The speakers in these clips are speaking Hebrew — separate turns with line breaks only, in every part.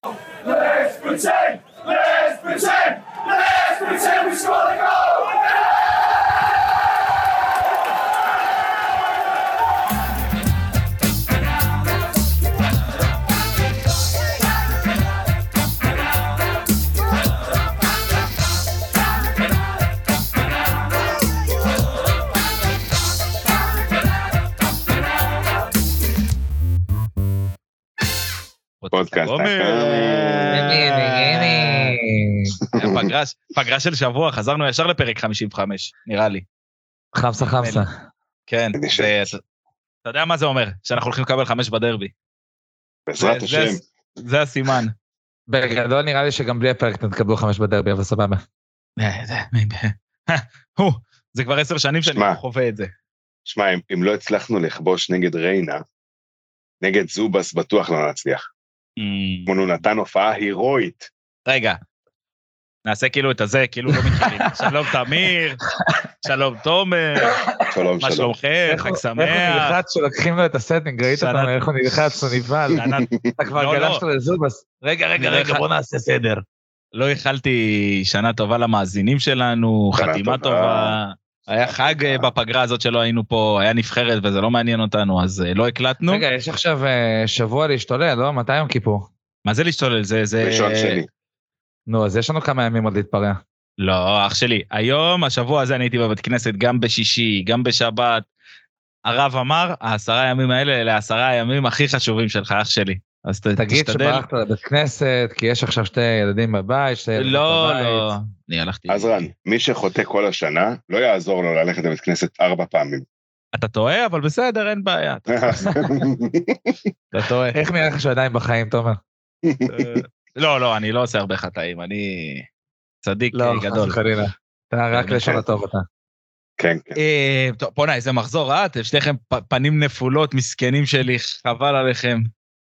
Let's pretend, we score the goal!
פודקאסט
פגרה של שבוע, חזרנו ישר לפרק 55, נראה לי.
חמסה.
כן, אתה יודע מה זה אומר? שאנחנו הולכים לקבל 5 בדרבי.
בעזרת השם.
זה הסימן.
בגדול נראה לי שגם בלי הפרק נתקבלו 5 בדרבי, אבל סבבה.
זה כבר 10 שנים שאני חווה את זה.
שמע, אם לא הצלחנו לכבוש נגד ריינה, נגד זובס בטוח לא נצליח. מונו נתן הופעה הירואית.
רגע, נעשה כאילו את הזה, כאילו לא מכירים. שלום תמיר, שלום תומר, מה שלומכם, חג שמח.
איך הוא נלחץ שלקחים לו את הסטינג, ראית אותנו, איך הוא נלחץ, הוא נבהל. אתה כבר גלשת לזובס. רגע, בוא נעשה סדר.
לא הכלתי שנה טובה למאזינים שלנו, חתימה טובה. היה חג בפגרה הזאת שלא היינו פה, היה נבחרת וזה לא מעניין אותנו, אז לא הקלטנו.
רגע, יש עכשיו שבוע להשתולל, לא? מתי יום כיפור?
מה זה להשתולל? זה...
ראשון שני.
נו, אז יש לנו כמה ימים עוד להתפרע.
לא, אח שלי, היום, השבוע הזה אני הייתי בבית כנסת, גם בשישי, גם בשבת. הרב אמר, 10 ימים האלה, אלה 10 הימים הכי חשובים שלך, אח שלי. אז
תגיד שברחת לבית כנסת, כי יש עכשיו 2 ילדים בבית, 2 ילדים בבית.
לא, אני הלכתי.
אז רן, מי שחוטא כל השנה, לא יעזור לו ללכת לבית כנסת 4 פעמים.
אתה טועה, אבל בסדר, אין בעיה. אתה טועה.
איך נראה לך שעדיין בחיים, תומר?
לא, אני לא עושה הרבה חטאים, אני צדיק גדול.
לא, חלילה. אתה רק לשון הטוב אתה.
כן.
טוב, פונה, איזה מחזור, שניכם פנים נפולות, מסכנים שלי, חבל עליכם.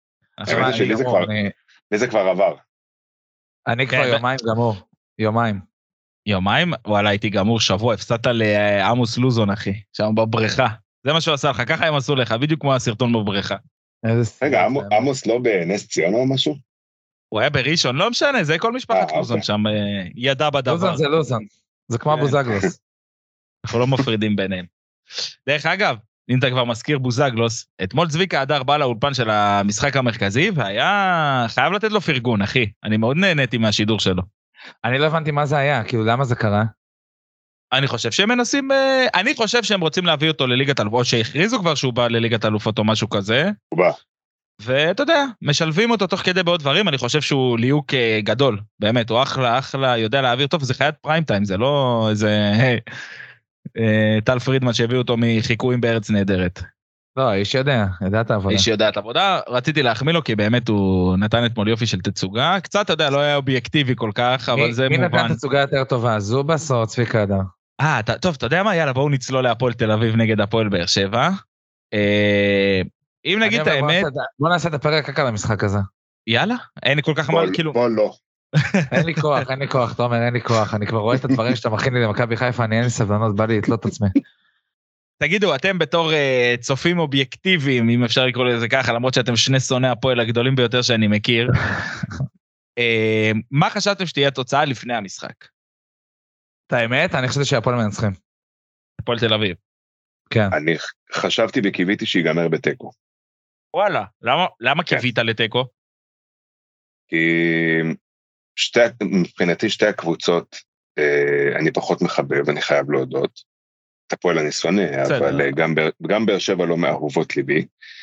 זה כבר עבר.
אני כבר יומיים גמור.
יומיים? וואלה, הייתי גמור שבוע, הפסדת לעמוס לוזון, אחי, שם בבריכה. זה מה שהוא עשה לך, ככה הם עשו לך, בדיוק כמו הסרטון בבריכה.
רגע, עמוס לא בנס ציון או משהו?
הוא היה בראשון, לא משנה, זה כל משפחת לוזון שם, ידע בדבר.
לוזון זה לוזון, זה כמו בוזגלוס.
אנחנו לא מפרידים ביניהם. דרך אגב, אם אתה כבר מזכיר בוזגלוס, אתמול צביקה הדר בא לאולפן של המשחק המרכזי, והיה חייב לתת לו פרגון, אחי. אני מאוד נהניתי מהשידור שלו.
אני לא הבנתי מה זה היה, כאילו למה זה קרה?
אני חושב שהם מנסים, אני חושב שהם רוצים להביא אותו לליגת אלופות, או שהכריזו כבר שהוא בא לליגת אלופות או משהו כזה.
הוא בא.
ואתה יודע, משלבים אותו תוך כדי בעוד דברים, אני חושב שהוא ליהוק גדול, באמת, הוא אחלה, יודע להעביר טוב, זה חיית פריים טיים, זה לא איזה, טל פרידמן שהביאו אותו מחיקויים בארץ נהדרת.
לא, איש יודע את העבודה.
איש יודע את העבודה, רציתי להחמיא לו, כי באמת הוא נתן אתמול יופי של תצוגה, קצת, אתה יודע, לא היה אובייקטיבי כל כך, אבל זה מובן.
מי נתן תצוגה יותר טובה, זובס או צביקה הדר?
טוב, אתה יודע מה? יאללה, בואו נצלול להפועל תל אביב נגד הפועל באר שבע. אם נגיד את האמת...
בוא נעשה את הפרק רק על המשחק הזה.
יאללה, אין לי כל כך מה, כאילו...
בוא לא.
אין לי כוח, תומר, אין לי כוח. אני כבר רואה את הדברים שאתה מכין לי למכבי חיפה, אני אין לי סבלנות, בא לי לתלות את עצמי.
תגידו, אתם בתור צופים אובייקטיביים, אם אפשר לקרוא לזה ככה, למרות שאתם 2 שונאי הפועל הגדולים ביותר שאני מכיר, מה חשבתם שתהיה התוצאה לפני המשחק?
את האמת, אני חשבתי שהפועל מנצחים.
הפועל תל אביב.
כן.
אני חשבתי וקיוויתי שיגמר בטקו.
וואלה, למה קיווית לטקו?
כי מבחינתי 2 הקבוצות, אני פחות מחבב, אני חייב להודות. את הפועל אני שונא, אבל גם באר שבע לא מאהובות ליבי.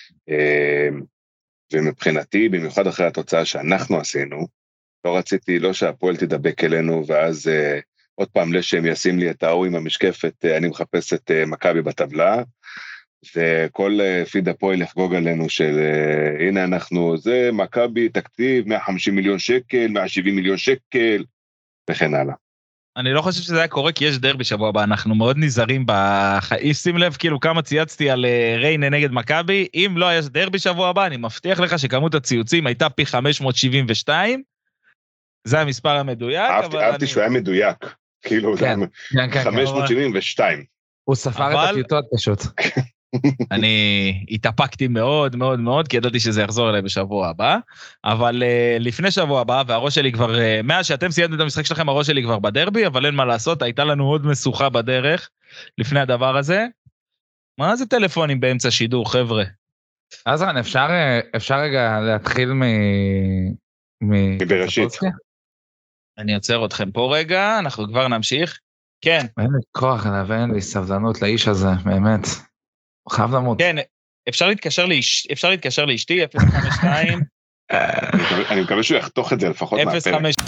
ומבחינתי, במיוחד אחרי התוצאה שאנחנו עשינו, לא רציתי, לא שהפועל תדבק אלינו, ואז עוד פעם לשם ישים לי את האור עם המשקפת, אני מחפש את מכבי בטבלה, וכל פיד הפועל יחגוג עלינו של, הנה אנחנו, זה מכבי, תקציב, 150 מיליון שקל, 170 מיליון שקל, וכן הלאה.
אני לא חושב שזה היה קורה, כי יש דרבי שבוע הבא, אנחנו מאוד נזהרים שים לב כאילו כמה צייצתי על ריינה נגד מכבי, אם לא יש דרבי שבוע הבא, אני מבטיח לך שכמות הציוצים הייתה פי 572, זה המספר המדויק.
אהבתי שהוא היה מדויק, כאילו 572.
הוא ספר את הטיוטות פשוט.
אני התאפקתי מאוד מאוד מאוד, כי ידעתי שזה יחזור אליי בשבוע הבא, אבל לפני שבוע הבא, והראש שלי כבר, מאז שאתם סיימתם את המשחק שלכם, הראש שלי כבר בדרבי, אבל אין מה לעשות, הייתה לנו עוד משוכה בדרך, לפני הדבר הזה. מה זה טלפונים באמצע שידור, חבר'ה?
עזרן, אפשר רגע להתחיל
מבראשית.
אני עוצר אתכם פה רגע, אנחנו כבר נמשיך. כן.
אין לי כוח עליו, אין לי סבלנות לאיש הזה, באמת. הוא חייב למות.
כן, אפשר להתקשר לאשתי, 052.
אני מקווה שהוא יחתוך את זה לפחות מהפרק.
05.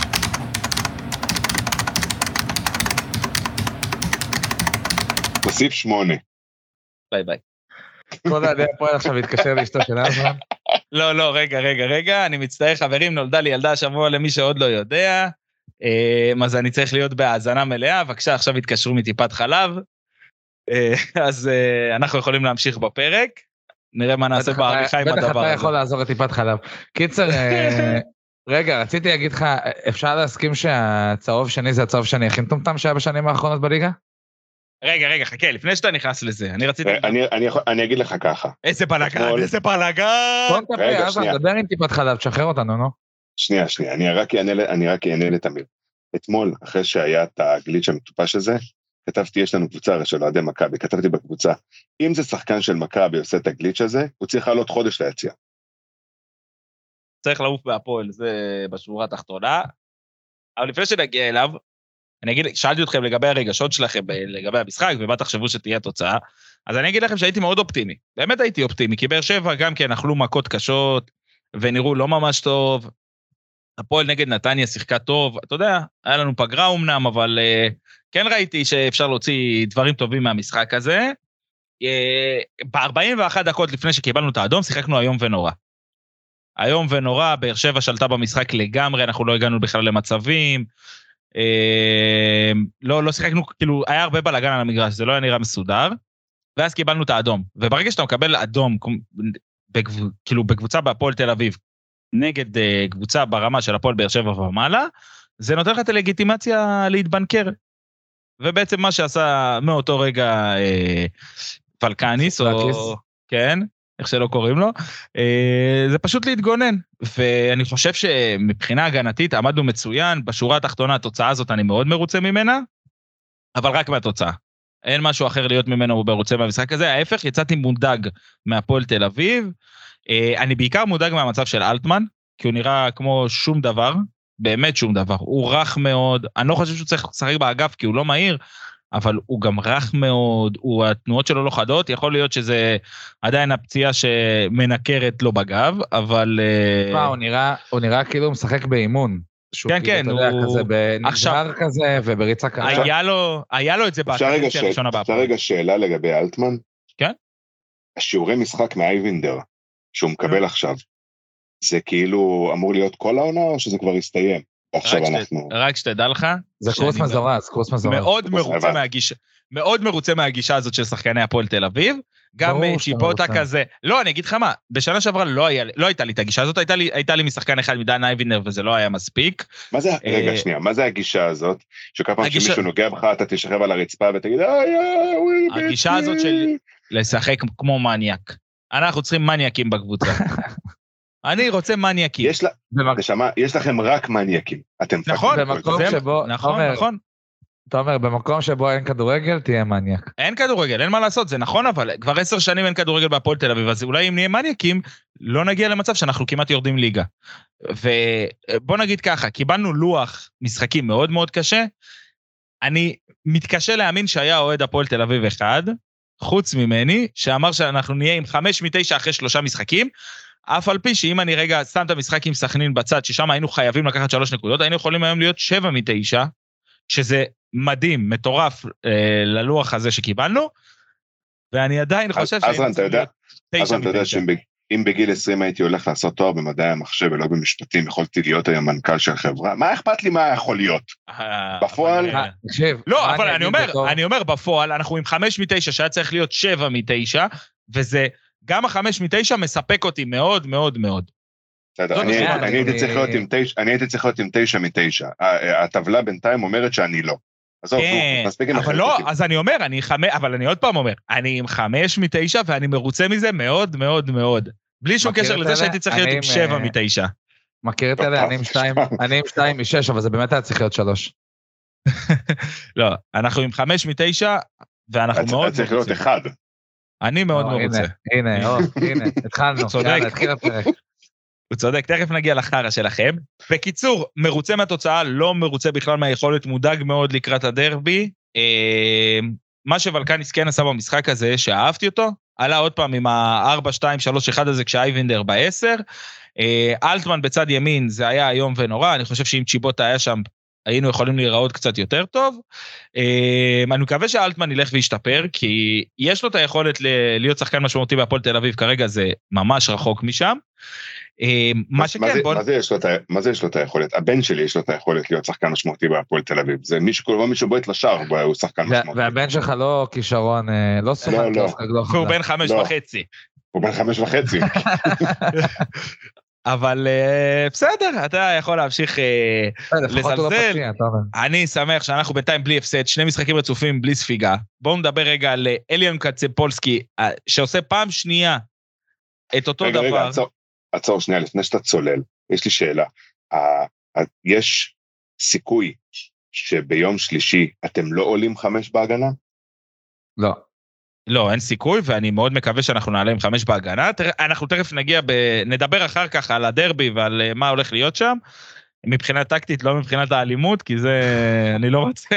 תוסיף 8.
ביי ביי.
כל העדי הפועל עכשיו להתקשר לאשתו של עזרן.
לא, רגע, אני מצטער חברים, נולדה לי ילדה השבוע למי שעוד לא יודע, אז אני צריך להיות בהאזנה מלאה, בבקשה עכשיו התקשרו מטיפת חלב, אז אנחנו יכולים להמשיך בפרק, נראה מה נעשה בעריכה עם הדבר הזה.
בטח אתה יכול לעזור לטיפת חלב. קיצר, רגע, רציתי להגיד לך, אפשר להסכים שהצהוב שני זה הצהוב שאני הכי מטומטם שהיה בשנים האחרונות בליגה?
רגע, חכה, לפני שאתה נכנס לזה, אני רציתי...
אני אגיד לך ככה.
איזה בלגן.
רגע, דבר עם טיפת חלב, תשחרר אותנו, נו.
שנייה, אני רק אענה לתמיר. אתמול, אחרי שהיה את הגליץ' המטופש הזה, כתבתי, יש לנו קבוצה של אוהדי מכבי, כתבתי בקבוצה, אם זה שחקן של מכבי עושה את הגליץ' הזה, הוא צריך לעלות חודש ליציאה.
צריך לעוף בהפועל, זה בשורה התחתונה. אבל לפני שנגיע אליו, שאלתי אתכם לגבי הרגשות שלכם, לגבי המשחק, ומה תחשבו שתהיה תוצאה, אז אני אגיד לכם שהייתי מאוד אופטימי, באמת הייתי אופטימי, כי באר שבע גם כן אכלו מכות קשות, ונראו לא ממש טוב, הפועל נגד נתניה שיחקה טוב, אתה יודע, היה לנו פגרה אומנם, אבל כן ראיתי שאפשר להוציא דברים טובים מהמשחק הזה, ב-41 דקות לפני שקיבלנו את האדום, שיחקנו היום ונורא. היום ונורא, באר שבע שלטה במשחק לגמרי, אנחנו לא הגענו בכלל למצבים, לא שיחקנו, כאילו, היה הרבה בלגן על המגרש, זה לא היה נראה מסודר, ואז קיבלנו את האדום, וברגע שאתה מקבל אדום, כאילו בקבוצה בהפועל תל אביב, נגד קבוצה ברמה של הפועל באר שבע ומעלה, זה נותן לך את הלגיטימציה להתבנקר, ובעצם מה שעשה מאותו רגע פלקניס, או כן, איך שלא קוראים לו, זה פשוט להתגונן, ואני חושב שמבחינה הגנתית עמדנו מצוין, בשורה התחתונה התוצאה הזאת אני מאוד מרוצה ממנה, אבל רק מהתוצאה. אין משהו אחר להיות ממנו מרוצה מהמשחק הזה, ההפך, יצאתי מודאג מהפועל תל אביב, אני בעיקר מודאג מהמצב של אלטמן, כי הוא נראה כמו שום דבר, באמת שום דבר, הוא רך מאוד, אני לא חושב שהוא צריך לשחק באגף, כי הוא לא מהיר, אבל הוא גם רך מאוד, התנועות שלו לא חדות, יכול להיות שזה עדיין הפציעה שמנקרת לו בגב, אבל...
הוא נראה כאילו הוא משחק באימון.
כן,
הוא כזה בנגזר כזה ובריצה כזה.
היה לו את זה בקדנציה הראשונה בהפועל.
אפשר רגע שאלה לגבי אלטמן?
כן.
השיעורי משחק מאייבינדר, שהוא מקבל עכשיו, זה כאילו אמור להיות כל העונה, או שזה כבר הסתיים?
רק שתדע לך.
זה קורס מזורז.
מאוד מרוצה מהגישה הזאת של שחקני הפועל תל אביב, גם צ'יפוטה כזה. לא, אני אגיד לך מה, בשנה שעברה לא הייתה לי את הגישה הזאת, הייתה לי משחקן אחד מדן אייבינדר, וזה לא היה מספיק.
רגע, שנייה, מה זה הגישה הזאת? שכל פעם שמישהו נוגע בך, אתה תשכב על הרצפה ותגיד,
הגישה הזאת של לשחק כמו מניאק. אנחנו צריכים מניאקים בקבוצה. אני רוצה מניאקים.
יש לכם רק מניאקים.
נכון,
נכון. אתה אומר, במקום שבו אין כדורגל, תהיה מניאק.
אין כדורגל, אין מה לעשות, זה נכון, אבל כבר 10 שנים אין כדורגל בהפועל תל אביב, אז אולי אם נהיה מניאקים, לא נגיע למצב שאנחנו כמעט יורדים ליגה. ובוא נגיד ככה, קיבלנו לוח משחקים מאוד מאוד קשה, אני מתקשה להאמין שהיה אוהד הפועל תל אביב אחד, חוץ ממני, שאמר שאנחנו נהיה עם 5 מ-9 אחרי 3 משחקים, אף על פי שאם אני רגע שם את המשחק עם סכנין בצד, ששם היינו חייבים לקחת 3 נקודות, היינו יכולים היום להיות 7 מ-9, שזה מדהים, מטורף ללוח הזה שקיבלנו, ואני עדיין חושב
שהיינו צריכים להיות 9 מ-9. אתה יודע שאם בגיל 20 הייתי הולך לעשות תואר במדעי המחשב ולא במשפטים, יכולתי להיות היום מנכ"ל של חברה, מה אכפת לי מה יכול להיות? בפועל?
לא, אבל אני אומר בפועל, אנחנו עם 5 מ-9 שהיה צריך להיות 7 מ-9, וזה גם ה5 מ-9 מספק אותי מאוד מאוד מאוד.
אני הייתי צריך להיות עם 9 מ-9. הטבלה בינתיים אומרת שאני לא. עזוב,
כן,
מספיק עם
אבל לא,
החלטים.
אז אני אומר, אבל אני עוד פעם אומר, אני עם 5 מ-9 ואני מרוצה מזה מאוד מאוד מאוד. בלי שום
מכיר
קשר
את
לזה
אלה?
שהייתי צריך להיות
אני
עם
עם,
7 מ-9.
מכיר את
טוב,
אלה,
טוב,
אני עם 2 מ-6, אבל זה באמת היה צריך להיות 3.
לא, אנחנו עם 5 מ-9, ואנחנו מאוד
צריך להיות
מרוצים.
אחד.
אני מאוד מרוצה.
הנה, התחלנו,
צודק.
יאללה, התחיל הפרק.
הוא צודק, תכף נגיע לחרא שלכם. בקיצור, מרוצה מהתוצאה, לא מרוצה בכלל מהיכולת, מודאג מאוד לקראת הדרבי. מה שוולקניס כן עשה במשחק הזה, שאהבתי אותו, עלה עוד פעם עם ה-4-2-3-1 הזה כשאייבינדר ב-10. אלטמן בצד ימין, זה היה היום ונורא, אני חושב שאם צ'יבוטה היה שם, היינו יכולים להיראות קצת יותר טוב. אני מקווה שאלטמן ילך וישתפר, כי יש לו את היכולת להיות שחקן משמעותי בהפועל תל אביב, כרגע זה ממש רחוק משם. מה שכן,
מה זה יש לו את היכולת? הבן שלי יש לו את היכולת להיות שחקן משמעותי בהפועל תל אביב. זה מישהו בועט לשער, הוא שחקן משמעותי.
והבן שלך לא כישרון, לא סוחק,
הוא בן 5.5.
הוא בן 5.5.
אבל בסדר, אתה יכול להמשיך לזלזל. אני שמח שאנחנו בינתיים בלי הפסד, 2 משחקים רצופים בלי ספיגה. בואו נדבר רגע על אליאן קצפולסקי, שעושה פעם שנייה את אותו דבר.
רגע, עצור שנייה, לפני שאתה צולל, יש לי שאלה. יש סיכוי שביום שלישי אתם לא עולים 5 בהגנה?
לא.
לא, אין סיכוי, ואני מאוד מקווה שאנחנו נעלה עם 5 בהגנה. אנחנו תכף נדבר אחר כך על הדרבי ועל מה הולך להיות שם, מבחינת טקטית, לא מבחינת האלימות, כי זה, אני לא רוצה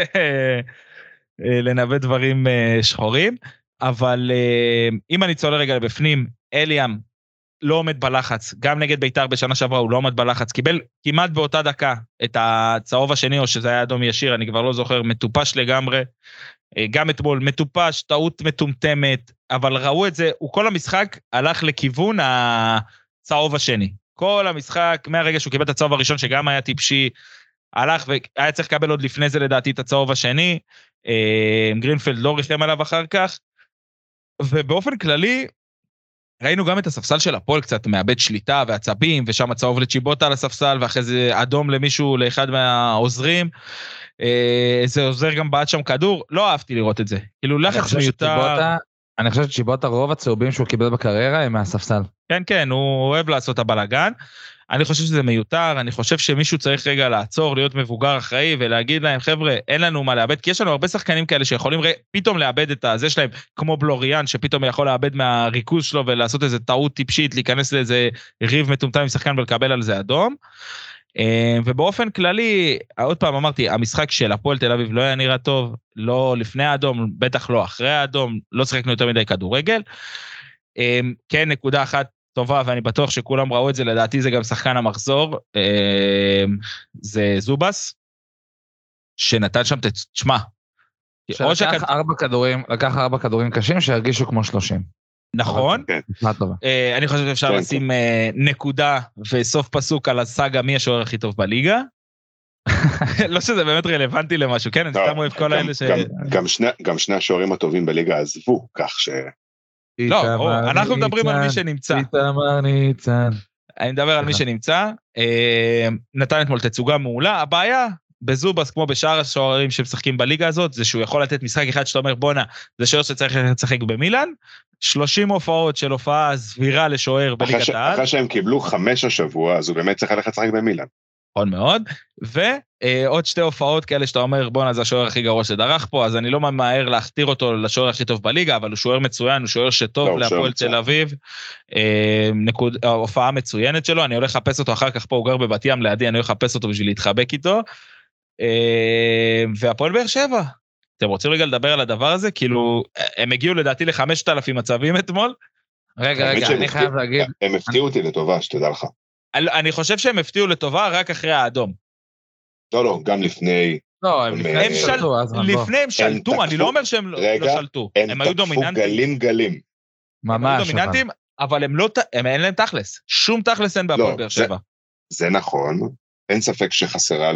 לנבא דברים שחורים, אבל אם אני צולל רגע לבפנים, אליאם לא עומד בלחץ, גם נגד ביתר בשנה שעברה הוא לא עומד בלחץ, קיבל כמעט באותה דקה את הצהוב השני, או שזה היה אדום ישיר, אני כבר לא זוכר, מטופש לגמרי, גם אתמול מטופש, טעות מטומטמת, אבל ראו את זה, הוא כל המשחק הלך לכיוון הצהוב השני, כל המשחק, מהרגע שהוא קיבל את הצהוב הראשון, שגם היה טיפשי, הלך והיה צריך לקבל עוד לפני זה לדעתי את הצהוב השני, גרינפלד לא ריחם עליו אחר כך, ובאופן כללי, ראינו גם את הספסל של הפועל קצת מאבד שליטה ועצבים, ושם הצהוב לצ'יבוטה על הספסל, ואחרי זה אדום למישהו, לאחד מהעוזרים, זה עוזר גם בעד שם כדור, לא אהבתי לראות את זה, כאילו לחץ מיותר.
אני חושב שצ'יבוטה רוב הצהובים שהוא קיבל בקריירה הם מהספסל.
כן, כן, הוא אוהב לעשות הבלגן, אני חושב שזה מיותר, אני חושב שמישהו צריך רגע לעצור, להיות מבוגר אחראי, ולהגיד להם, חבר'ה, אין לנו מה לאבד, כי יש לנו הרבה שחקנים כאלה שיכולים פתאום לאבד את זה שלהם, כמו בלוריאן, שפתאום יכול לאבד מהריכוז שלו, ולעשות איזה טעות טיפשית, להיכנס לאיזה ריב מטומטם עם שחקן, ולקבל על זה אדום. ובאופן כללי, עוד פעם אמרתי, המשחק של הפועל תל אביב לא היה נראה טוב, לא לפני האדום, בטח לא אחרי האדום, לא שחקנו יותר מדי כדורגל. כן, נקודה אחת טובה, ואני בטוח שכולם ראו את זה, לדעתי זה גם שחקן המחזור, זה זובס, שנתן שם, תשמע,
לקח 4 כדורים קשים שהרגישו כמו 30.
נכון, אני חושב שאפשר לשים נקודה וסוף פסוק על הסאגה מי השוער הכי טוב בליגה, לא שזה באמת רלוונטי למשהו, כן, אני סתם אוהב כל האלה ש...
גם שני השוערים הטובים בליגה עזבו, כך ש...
לא, אנחנו מדברים על מי שנמצא. אני מדבר על מי שנמצא, נתן אתמול תצוגה מעולה, הבעיה בזובס כמו בשאר השוערים שמשחקים בליגה הזאת, זה שהוא יכול לתת משחק אחד שאתה אומר בונה, זה שוער שצריך לשחק במילאן, 30 הופעות של הופעה סבירה לשוער בליגת העל.
אחרי שהם קיבלו 5 השבוע, אז הוא באמת צריך ללכת לשחק במילאן.
נכון מאוד, ועוד 2 הופעות כאלה שאתה אומר, בונה זה השוער הכי גרוע שדרך פה, אז אני לא ממהר להכתיר אותו לשוער הכי טוב בליגה, אבל הוא שוער מצוין, הוא שוער שטוב להפועל תל אביב, הופעה מצוינת שלו, אני הולך לחפש אותו אחר כך פה, הוא גר בבת ים לידי, אני הולך לחפש אותו בשביל להתחבק איתו, והפועל באר שבע, אתם רוצים רגע לדבר על הדבר הזה? כאילו, הם הגיעו לדעתי ל5,000 מצבים אתמול.
רגע, אני חייב להגיד.
הם הפתיעו אותי לטובה, שתדע לך.
אני חושב שהם הפתיעו לטובה רק אחרי האדום.
לא, גם לפני.
לא,
לפני הם שלטו, אני לא אומר שהם לא שלטו. הם היו דומיננטים.
גלים.
ממש. דומיננטים, אבל אין להם תכלס. שום תכלס אין בהפועל באר שבע.
זה נכון. אין ספק שחסרה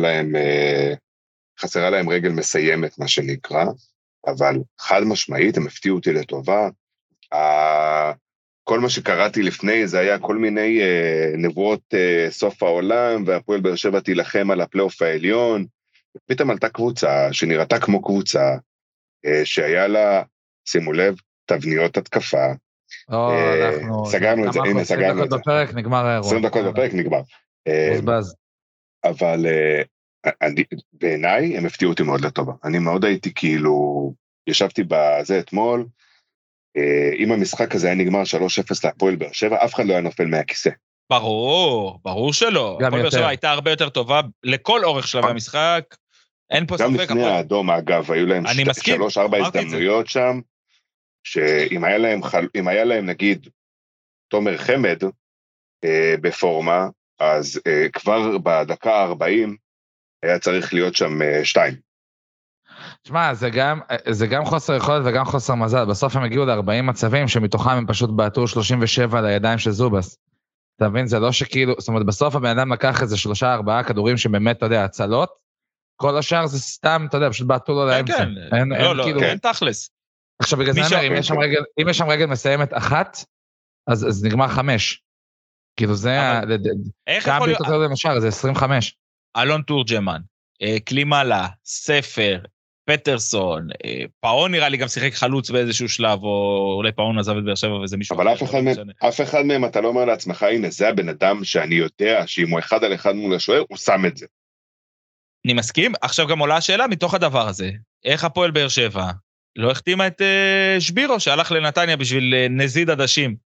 להם רגל מסיימת, מה שנקרא, אבל חד משמעית, הם הפתיעו אותי לטובה. כל מה שקראתי לפני, זה היה כל מיני נבואות סוף העולם, והפועל באר שבע תילחם על הפלייאוף העליון, פתאום עלתה קבוצה שנראתה כמו קבוצה, שהיה לה, שימו לב, תבניות התקפה. סגרנו את זה, הנה סגרנו את זה.
20 דקות בפרק נגמר האירוע.
20 דקות בפרק נגמר.
בוזבז.
אבל בעיניי הם הפתיעו אותי מאוד לטובה. אני מאוד הייתי כאילו, ישבתי בזה אתמול, אם המשחק הזה היה נגמר 3-0 להפועל באר שבע, אף אחד לא היה נופל מהכיסא.
ברור שלא. הפועל באר שבע הייתה הרבה יותר טובה לכל אורך שלבי המשחק. אין פה ספק.
גם לפני האדום, אגב, היו להם 3-4 הזדמנויות שם, שאם היה להם נגיד תומר חמד בפורמה, אז כבר בדקה 40 היה צריך להיות שם 2.
תשמע, זה גם חוסר יכולת וגם חוסר מזל. בסוף הם הגיעו ל-40 מצבים שמתוכם הם פשוט בעטו 37 לידיים של זובס. אתה מבין? זה לא שכאילו, זאת אומרת, בסוף הבן אדם לקח איזה 3-4 כדורים שבאמת, אתה יודע, הצלות, כל השאר זה סתם, אתה יודע, פשוט בעטו לו לאמצע.
כן, אין תכלס.
עכשיו בגלל זה אם יש שם רגל מסיימת 1, אז נגמר 5. כאילו זה, כמה בעיטות יותר למשל, זה 25.
אלון תורג'מן, קלימלה, ספר, פטרסון, פאון נראה לי גם שיחק חלוץ באיזשהו שלב, או אולי פאון עזב את באר שבע וזה מישהו.
אבל אף אחד מהם אתה לא אומר לעצמך, הנה זה הבן אדם שאני יודע שאם הוא 1 על 1 מול השוער, הוא שם את זה.
אני מסכים, עכשיו גם עולה השאלה מתוך הדבר הזה, איך הפועל באר שבע לא החתימה את שבירו שהלך לנתניה בשביל נזיד עדשים?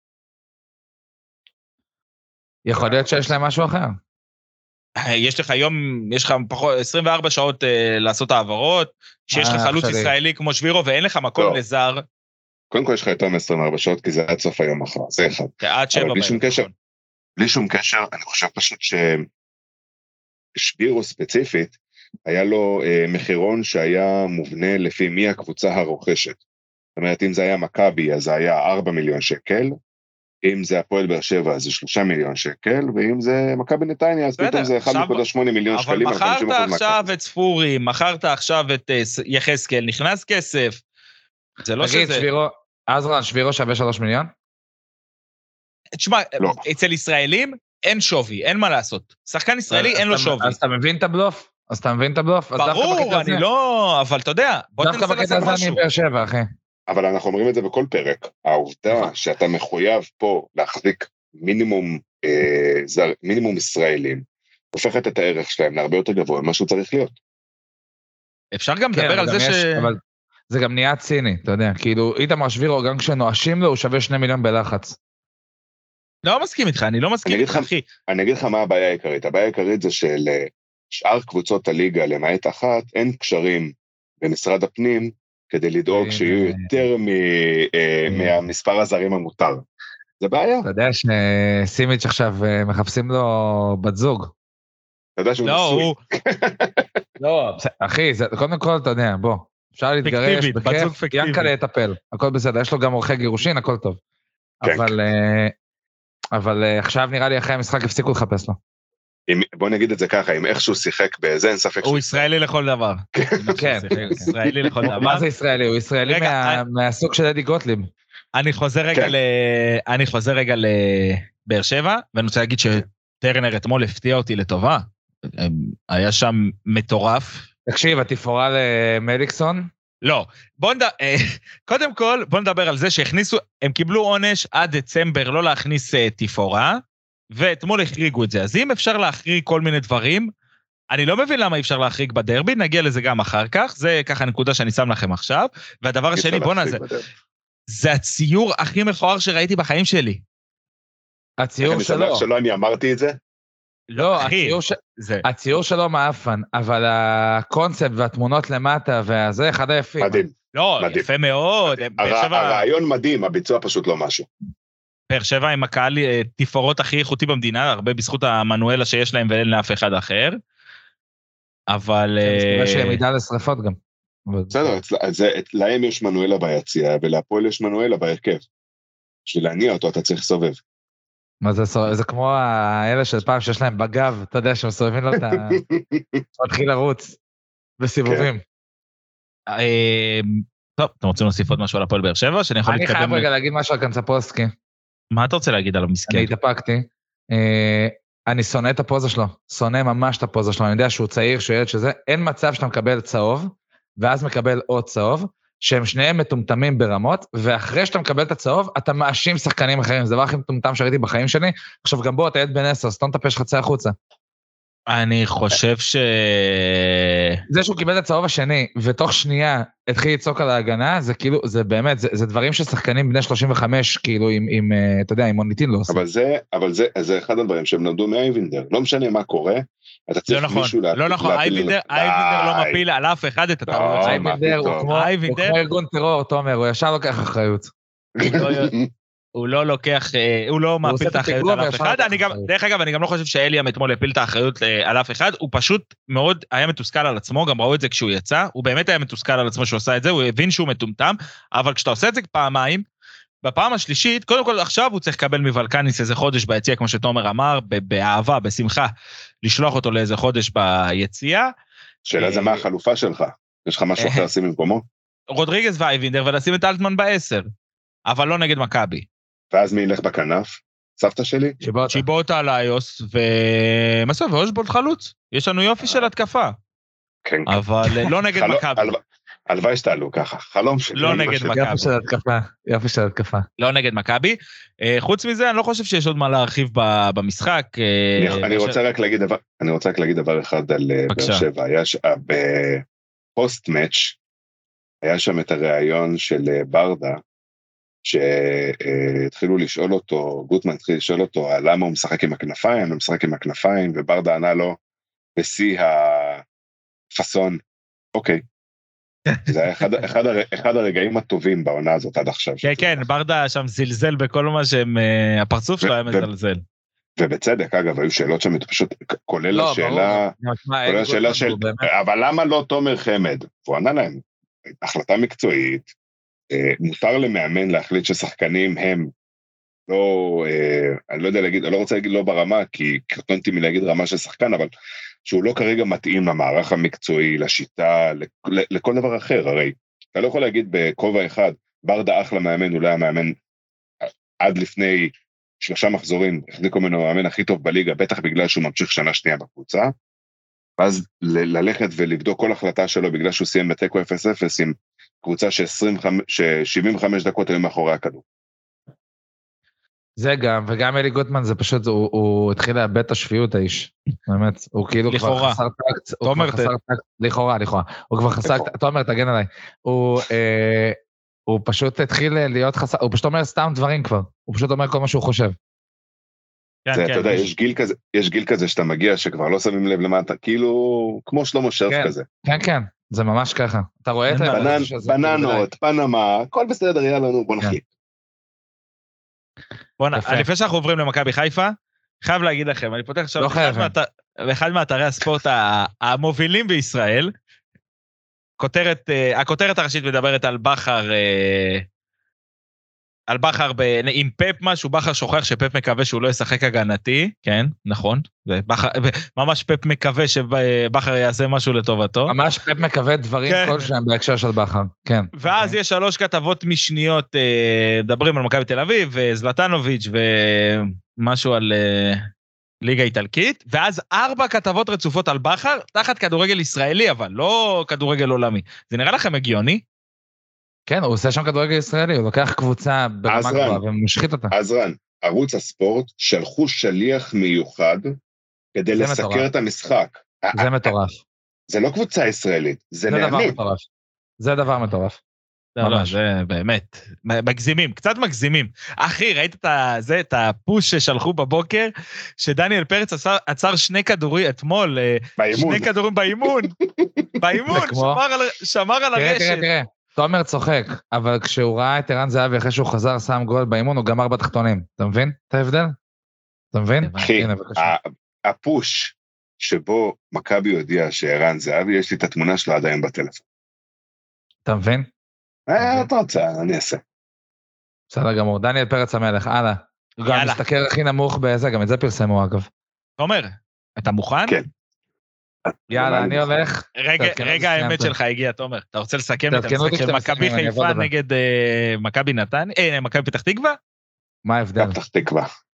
יכול להיות שיש להם משהו אחר.
יש לך פחות 24 שעות לעשות העברות, שיש לך חלוץ ישראלי כמו שבירו, ואין לך מקום לזר.
קודם כל יש לך יותר מ-24 שעות, כי זה עד סוף היום אחר, זה אחד.
עד 7 ביום.
בלי שום קשר, אני חושב פשוט ששבירו ספציפית, היה לו מחירון שהיה מובנה לפי מי הקבוצה הרוכשת. זאת אומרת, אם זה היה מכבי, אז זה היה 4 מיליון שקל, אם זה הפועל באר שבע, אז זה 3 מיליון שקל, ואם זה מכבי נתניה, אז פתאום זה 1.8 מיליון שקלים.
אבל מכרת עכשיו את ספורי, מכרת עכשיו את יחזקאל, נכנס כסף. זה לא שזה...
תגיד, שבירו שווה 3 מיליון?
תשמע, אצל ישראלים אין שווי, אין מה לעשות. שחקן ישראלי אין לו שווי.
אז אתה מבין את הבלוף?
ברור, אני לא... אבל אתה יודע, בוא
דווקא בקטע הזה אני באר שבע, אחי.
אבל אנחנו אומרים את זה בכל פרק. העובדה שאתה מחויב פה להחזיק מינימום ישראלים, הופכת את הערך שלהם להרבה יותר גבוה, מה שהוא צריך להיות.
אפשר גם לדבר על זה
אבל זה גם נהיה ציני, אתה יודע, כאילו, איתמר שבירו, גם כשנואשים לו, הוא שווה 2 מיליון בלחץ.
לא מסכים איתך, אני לא מסכים איתך, אחי.
אני אגיד לך מה הבעיה העיקרית. הבעיה העיקרית זה שלשאר קבוצות הליגה, למעט אחת, אין קשרים במשרד הפנים, כדי לדאוג שיהיו יותר מהמספר הזרים המותר. זה בעיה.
אתה יודע שסימיץ' עכשיו מחפשים לו בת זוג.
אתה יודע שהוא נשוי.
לא, אחי, קודם כל, אתה יודע, בוא, אפשר להתגרש בכיף, ינקלה יטפל, הכל בסדר, יש לו גם עורכי גירושין, הכל טוב. אבל עכשיו נראה לי אחרי המשחק הפסיקו לחפש לו.
בוא נגיד את זה ככה, אם איכשהו שיחק באיזה, אין ספק
הוא ישראלי לכל דבר.
כן.
ישראלי לכל דבר.
מה זה ישראלי? הוא ישראלי מהסוג של אדי גוטליב.
אני חוזר רגע לבאר שבע, ואני רוצה להגיד שטרנר אתמול הפתיע אותי לטובה. היה שם מטורף.
תקשיב, התפאורה למליקסון?
לא, קודם כל בוא נדבר על זה שהכניסו, הם קיבלו עונש עד דצמבר לא להכניס תפאורה, ואתמול החריגו את זה. אז אם אפשר להחריג כל מיני דברים, אני לא מבין למה אי אפשר להחריג בדרבי, נגיע לזה גם אחר כך, זה ככה נקודה שאני שם לכם עכשיו, והדבר השני, בוא נעשה, זה הציור הכי מכוער שראיתי בחיים שלי.
הציור שלו.
אני שמח שלא אני אמרתי את זה.
לא, הציור שלו מאפן, אבל הקונספט והתמונות למטה, וזה אחד היפים.
מדהים.
לא, יפה מאוד.
הרעיון מדהים, הביצוע פשוט לא משהו.
באר שבע עם הקהל תפאורות הכי איכותי במדינה, הרבה בזכות המנואלה שיש להם ואין לאף אחד אחר. אבל...
יש להם מידע לשרפות גם.
בסדר, להם יש מנואלה ביציאה, ולהפועל יש מנואלה בהרכב. בשביל להניע אותו אתה צריך סובב.
מה זה סובב? זה כמו האלה של פעם שיש להם בגב, אתה יודע שמסובבים לו את ה... מתחיל לרוץ בסיבובים.
טוב, אתם רוצים להוסיף עוד משהו על הפועל באר שבע?
אני חייב רגע להגיד משהו על קנצפולסקי.
מה אתה רוצה להגיד על המסכן?
אני התאפקתי. אני שונא את הפוזה שלו, שונא ממש את הפוזה שלו, אני יודע שהוא צעיר, שהוא ילד שזה, אין מצב שאתה מקבל צהוב, ואז מקבל עוד צהוב, שהם שניהם מטומטמים ברמות, ואחרי שאתה מקבל את הצהוב, אתה מאשים שחקנים אחרים, זה דבר הכי מטומטם שראיתי בחיים שלי, עכשיו גם בוא, אתה ילד בן 10, סתום את הפה שלך, צא החוצה.
אני חושב
זה שהוא קיבל את הצהוב השני, ותוך שנייה התחיל לצעוק על ההגנה, זה כאילו, זה באמת, זה דברים ששחקנים בני 35, כאילו, עם אתה יודע, עם מוניטין לא עושים.
אבל זה אחד הדברים שהם נולדו מאייבינדר, לא משנה מה קורה, אתה צריך מישהו להפיל.
לא נכון, אייבינדר לא מפיל על אף אחד את הטעויות.
אייבינדר הוא כמו ארגון טרור, תומר, הוא ישר לוקח אחריות.
הוא לא לוקח, הוא לא מפיל את האחריות על אף אחד, דרך אגב, אני גם לא חושב שאליאם אתמול הפיל את האחריות על אף אחד, הוא פשוט מאוד היה מתוסכל על עצמו, גם ראו את זה כשהוא יצא, הוא באמת היה מתוסכל על עצמו שהוא עושה את זה, הוא הבין שהוא מטומטם, אבל כשאתה עושה את זה פעמיים, בפעם השלישית, קודם כל עכשיו הוא צריך לקבל מבלקניס איזה חודש ביציאה, כמו שתומר אמר, באהבה, בשמחה, לשלוח אותו לאיזה חודש ביציאה.
שאלה זה מה החלופה שלך? יש לך משהו אחר לשים במקומו?
רודריגז ואייבינדר, ולשים את אלטמן ב10, אבל לא נגד מכבי.
ואז מי ילך בכנף? סבתא שלי?
צ'יבוטה על איוס, ומסו, ואושבולט חלוץ. יש לנו יופי של התקפה.
כן.
אבל לא נגד מכבי.
הלוואי שתעלו ככה, חלום שלי.
לא נגד מכבי.
יופי של התקפה.
לא נגד מכבי. חוץ מזה, אני לא חושב שיש עוד מה להרחיב במשחק.
אני רוצה רק להגיד דבר אחד על באר שבע. בפוסט-מאץ' היה שם את הראיון של ברדה, שהתחילו לשאול אותו, גוטמן התחיל לשאול אותו, למה הוא משחק עם הכנפיים, הוא משחק עם הכנפיים, וברדה ענה לו, בשיא הפסון, אוקיי. זה היה אחד הרגעים הטובים בעונה הזאת עד עכשיו.
כן, כן, ברדה שם זלזל בכל מה שהם, הפרצוף שלו היה מזלזל.
ובצדק, אגב, היו שאלות שם, פשוט כולל השאלה של, אבל למה לא תומר חמד? והוא ענה להם, החלטה מקצועית, מותר למאמן להחליט ששחקנים הם לא, אני לא יודע להגיד, אני לא רוצה להגיד לא ברמה, כי קטונתי מלהגיד רמה של שחקן, אבל שהוא לא כרגע מתאים למערך המקצועי, לשיטה, לכל דבר אחר, הרי אתה לא יכול להגיד בכובע אחד, ברדה אחלה מאמן, אולי המאמן עד לפני 3 מחזורים, החזיקו ממנו המאמן הכי טוב בליגה, בטח בגלל שהוא ממשיך שנה שנייה בקבוצה, ואז ללכת ולבדוק כל החלטה שלו, בגלל שהוא סיים בתיקו 0-0 עם קבוצה ש75 דקות היו מאחורי הכדור.
זה גם, וגם אלי גוטמן זה פשוט, הוא התחיל לאבד את השפיות האיש, באמת, הוא כאילו כבר חסר טקט, לכאורה, הוא כבר חסר, תומר תגן עליי, הוא פשוט התחיל להיות חסר, הוא פשוט אומר סתם דברים כבר, הוא פשוט אומר כל מה שהוא חושב.
אתה יודע, יש גיל כזה שאתה מגיע שכבר לא שמים לב למטה, כאילו כמו שלמה שרף כזה.
כן, כן, זה ממש ככה. אתה רואה את זה?
בננות, פנמה, הכל בסדר, יאללה, בוא נחליט.
בוא, לפני שאנחנו עוברים למכבי חיפה, חייב להגיד לכם, אני פותח עכשיו באחד מאתרי הספורט המובילים בישראל, הכותרת הראשית מדברת על בכר עם פפ משהו, בכר שוכח שפפ מקווה שהוא לא ישחק הגנתי, כן, נכון, ממש פפ מקווה שבכר יעשה משהו לטובתו.
ממש פפ מקווה דברים כלשהם בהקשר של בכר, כן.
ואז יש 3 כתבות משניות, מדברים על מכבי תל אביב, זלטנוביץ' ומשהו על ליגה איטלקית, ואז 4 כתבות רצופות על בכר, תחת כדורגל ישראלי, אבל לא כדורגל עולמי. זה נראה לכם הגיוני?
כן, הוא עושה שם כדורגל ישראלי, הוא לוקח קבוצה ברמה גבוהה ומשחית אותה.
עזרן, ערוץ הספורט שלחו שליח מיוחד כדי לסקר את המשחק.
זה מטורף.
זה לא קבוצה ישראלית, זה נאמנים.
זה דבר מטורף.
זה באמת, מגזימים, קצת מגזימים. אחי, ראית את הפוש ששלחו בבוקר, שדניאל פרץ עצר 2 כדורים אתמול, 2 כדורים באימון, שמר על הרשת.
תראה. תומר צוחק, אבל כשהוא ראה את ערן זהבי אחרי שהוא חזר שם גול באימון, הוא גמר בתחתונים. אתה מבין את ההבדל? אתה מבין?
אחי, הפוש שבו מכבי הודיע שערן זהבי, יש לי את התמונה שלו עדיין בטלפון.
אתה מבין?
אתה רוצה, אני אעשה.
בסדר גמור, דניאל פרץ המלך, הלאה. הוא גם מסתכל הכי נמוך בזה, גם את זה פרסמו אגב.
תומר, אתה מוכן?
כן.
יאללה, אני הולך.
רגע האמת שלך הגיע, תומר. אתה רוצה לסכם את המשחק של מכבי חיפה נגד מכבי נתניה? מכבי פתח תקווה?
מה ההבדל?
פתח תקווה.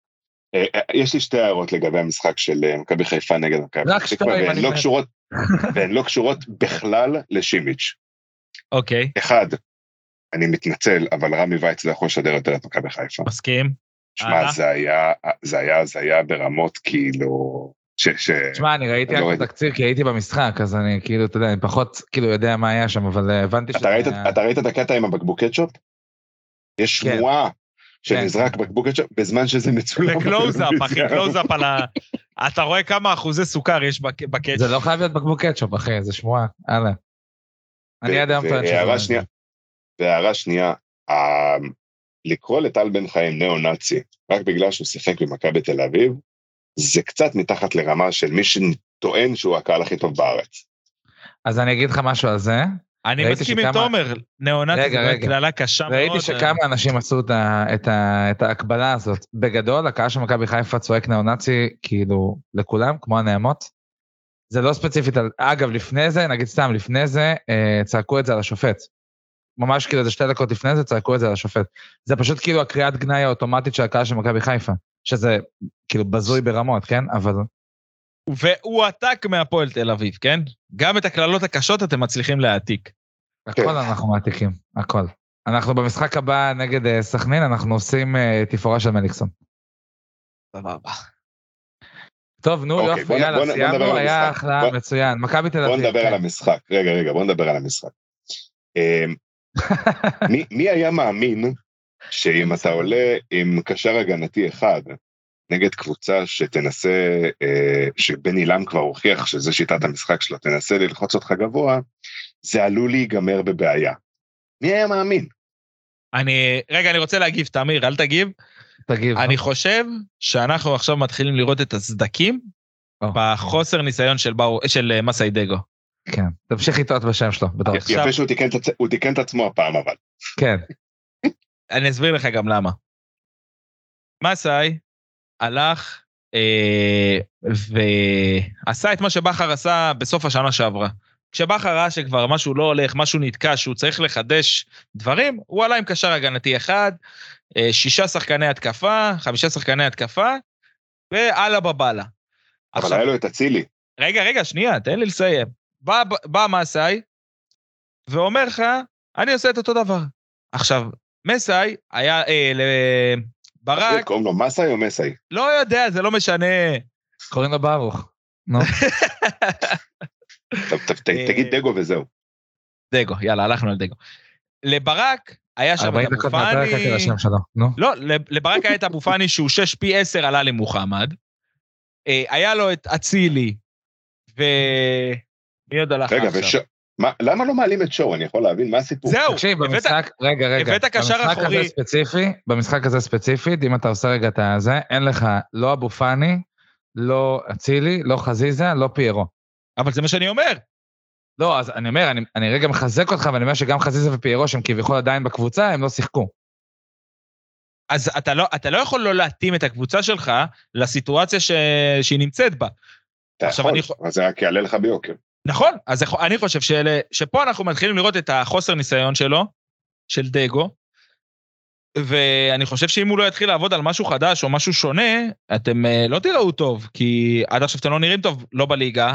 יש לי 2 הערות לגבי המשחק של מכבי חיפה נגד מכבי.
רק 2,
והן לא קשורות בכלל לשימיץ'.
אוקיי.
1, אני מתנצל, אבל רמי וייץ לא יכול לשדר יותר את מכבי חיפה.
מסכים.
שמע, זה היה ברמות כאילו...
תשמע, אני ראיתי רק את התקציר, כי הייתי במשחק, אז אני כאילו, אתה יודע, אני פחות כאילו יודע מה היה שם, אבל הבנתי
אתה ראית את הקטע עם הבקבוק קטשופ? יש שמועה שנזרק בקבוק קטשופ, בזמן שזה מצולם.
זה קלוזאפ, אחי, קלוזאפ על ה... אתה רואה כמה אחוזי סוכר יש בקטשופ.
זה לא חייב להיות בקבוק קטשופ, אחי, זה שמועה, הלאה. אני עד היום טוען שזה...
והערה שנייה, לקרוא לטל בן חיים נאו-נאצי, רק בגלל שהוא שיחק במכבי תל אביב, זה קצת מתחת לרמה של מי שטוען שהוא הקהל הכי טוב בארץ.
אז אני אגיד לך משהו על זה.
אני מסכים עם תומר, נאו-נאצי זה כללה קשה מאוד.
ראיתי שכמה אנשים עשו את ההקבלה הזאת. בגדול, הקהל של מכבי חיפה צועק נאו-נאצי, כאילו, לכולם, כמו הנעמות. זה לא ספציפית, אגב, לפני זה, נגיד סתם, לפני זה, צעקו את זה על השופט. ממש כאילו, זה 2 דקות לפני זה, צעקו את זה על השופט. זה פשוט כאילו הקריאת גנאי האוטומטית של הקהל של מכבי חיפה. שזה כאילו בזוי ברמות, כן? אבל...
והוא עתק מהפועל תל אביב, כן? גם את הכללות הקשות אתם מצליחים להעתיק.
הכל אנחנו מעתיקים, הכל. אנחנו במשחק הבא נגד סכנין, אנחנו עושים תפאורה של מליקסון.
סבבה.
טוב, נו, יופי, יאללה, סיימנו, היה אחלה, מצוין. מכבי תל אביב.
בוא נדבר על המשחק, רגע, בוא נדבר על המשחק. מי היה מאמין שאם אתה עולה עם קשר הגנתי אחד, נגד קבוצה שתנסה, שבן אילם כבר הוכיח שזה שיטת המשחק שלו, תנסה ללחוץ אותך גבוה, זה עלול להיגמר בבעיה. מי היה מאמין?
רגע, אני רוצה להגיב, תמיר, אל תגיב.
תגיב.
אני חושב שאנחנו עכשיו מתחילים לראות את הסדקים, בחוסר ניסיון של מסאי דגו.
כן, תמשיך לטעות בשם שלו.
יפה שהוא תיקן את עצמו הפעם, אבל.
כן.
אני אסביר לך גם למה. מסאי הלך ועשה את מה שבחר עשה בסוף השנה שעברה. כשבחר ראה שכבר משהו לא הולך, משהו נתקע, שהוא צריך לחדש דברים, הוא עלה עם קשר הגנתי אחד, 6 שחקני התקפה, 5 שחקני התקפה, ועלה בבאללה.
אבל היה לו את הצילי.
רגע, שנייה, תן לי לסיים. בא מסאי, ואומר לך, אני עושה את אותו דבר. עכשיו, מסאי היה לברק...
קוראים לו מסאי או מסאי?
לא יודע, זה לא משנה.
קוראים לו ברוך. נו.
תגיד דגו וזהו.
דגו, יאללה, הלכנו על דגו. לברק היה שם את אבו פאני... לא, לברק היה את אבו פאני שהוא 6 פי 10 עלה למוחמד. היה לו את אצילי, ומי עוד הלך עכשיו?
למה לא מעלים את שואו? אני יכול להבין מה הסיפור.
זהו,
הבאת
קשר אחורי.
במשחק הזה ספציפית, אם אתה עושה רגע את הזה, אין לך לא אבו פאני, לא אצילי, לא חזיזה, לא פיירו.
אבל זה מה שאני אומר.
לא, אז אני אומר, אני רגע מחזק אותך, ואני אומר שגם חזיזה ופיירו, שהם כביכול עדיין בקבוצה, הם לא שיחקו.
אז אתה לא יכול לא להתאים את הקבוצה שלך לסיטואציה שהיא נמצאת בה.
אתה יכול, אז זה רק יעלה לך ביוקר.
נכון, אז אני חושב שפה אנחנו מתחילים לראות את החוסר ניסיון שלו, של דגו, ואני חושב שאם הוא לא יתחיל לעבוד על משהו חדש או משהו שונה, אתם לא תראו טוב, כי עד עכשיו אתם לא נראים טוב, לא בליגה,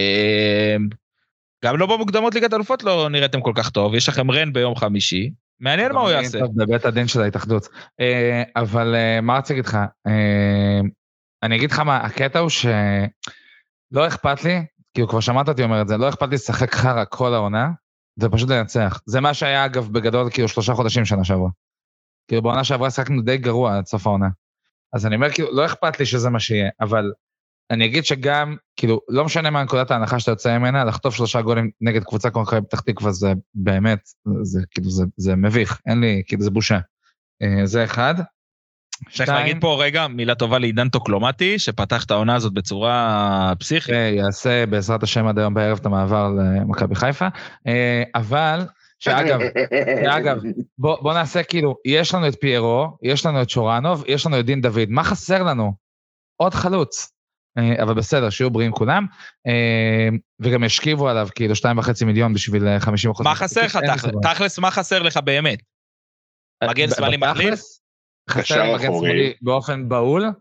גם לא במוקדמות ליגת אלופות לא נראיתם כל כך טוב, יש לכם רן ביום חמישי, מעניין מה הוא יעשה.
בבית הדין של ההתאחדות, אבל מה רציתי להגיד לך, אני אגיד לך מה, הקטע הוא שלא אכפת לי, כאילו כבר שמעת אותי אומר את זה, לא אכפת לי לשחק חרה כל העונה, זה פשוט לנצח. זה מה שהיה אגב בגדול כאילו 3 חודשים שנה שעברה. כאילו בעונה שעברה שחקנו די גרוע עד סוף העונה. אז אני אומר כאילו לא אכפת לי שזה מה שיהיה, אבל אני אגיד שגם כאילו לא משנה מה נקודת ההנחה שאתה יוצא ממנה, לחטוף 3 גולים נגד קבוצה כמו מכבי פתח תקווה זה באמת, זה כאילו זה מביך, אין לי, כאילו זה בושה. זה אחד.
צריך להגיד פה רגע מילה טובה לעידן טוקלומטי, שפתח את העונה הזאת בצורה פסיכית.
יעשה בעזרת השם עד היום בערב את המעבר למכבי חיפה, אבל שאגב, בוא נעשה כאילו, יש לנו את פיירו, יש לנו את שורנוב, יש לנו את דין דוד, מה חסר לנו? עוד חלוץ, אבל בסדר, שיהיו בריאים כולם, וגם השכיבו עליו כאילו 2.5 מיליון בשביל 50%.
מה חסר לך תכלס, מה חסר לך באמת? מגן שמאלי מחליף?
חסר מגן שמאלי באופן בהול,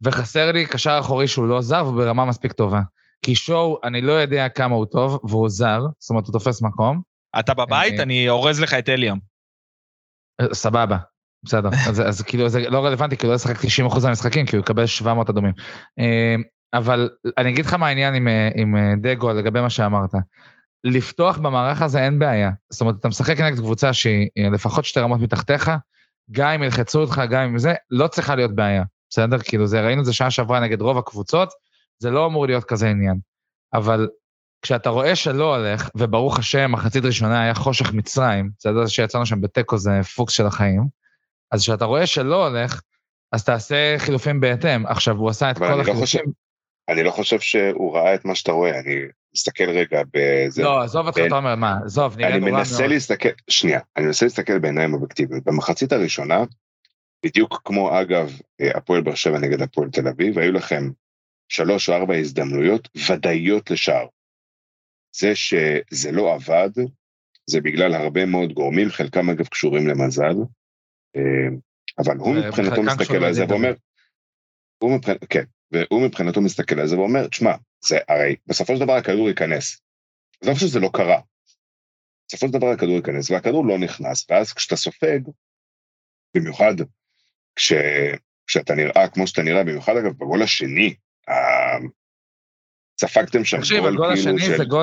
וחסר לי קשר אחורי שהוא לא זר, וברמה מספיק טובה. כי שואו, אני לא יודע כמה הוא טוב, והוא זר, זאת אומרת, הוא תופס מקום.
אתה בבית, אני אורז לך את אליאם.
סבבה, בסדר. אז כאילו זה לא רלוונטי, כי הוא לא ישחק 90% מהמשחקים, כי הוא יקבל 700 אדומים. אבל אני אגיד לך מה העניין עם דגו, לגבי מה שאמרת. לפתוח במערך הזה אין בעיה. זאת אומרת, אתה משחק נגד קבוצה שהיא לפחות 2 רמות מתחתיך, גם אם ילחצו אותך, גם אם זה, לא צריכה להיות בעיה. בסדר? כאילו ראינו את זה שעה שעברה נגד רוב הקבוצות, זה לא אמור להיות כזה עניין. אבל כשאתה רואה שלא הולך, וברוך השם, מחצית ראשונה היה חושך מצרים, בסדר? שיצאנו שם בטקו, זה פוקס של החיים, אז כשאתה רואה שלא הולך, אז תעשה חילופים בהתאם. עכשיו, הוא עשה את כל החילופים.
אני לא חושב שהוא ראה את מה שאתה רואה, אני מסתכל רגע בזה.
לא, עזוב אותך, אתה אומר, מה? עזוב, נראה נורא מאוד.
אני מנסה להסתכל בעיניים אובייקטיביות. במחצית הראשונה, בדיוק כמו אגב, הפועל באר שבע נגד הפועל תל אביב, היו לכם 3 או 4 הזדמנויות ודאיות לשער. זה שזה לא עבד, זה בגלל הרבה מאוד גורמים, חלקם אגב קשורים למזל, אבל הוא מבחינתו מסתכל על זה ואומר, והוא מבחינתו מסתכל על זה ואומר, תשמע, זה הרי בסופו של דבר הכדור ייכנס. אז אני חושב שזה לא קרה. בסופו של דבר הכדור ייכנס, והכדור לא נכנס, ואז כשאתה סופג, במיוחד כשאתה נראה כמו שאתה נראה, במיוחד אגב בגול השני, ספגתם שם
גול הגול השני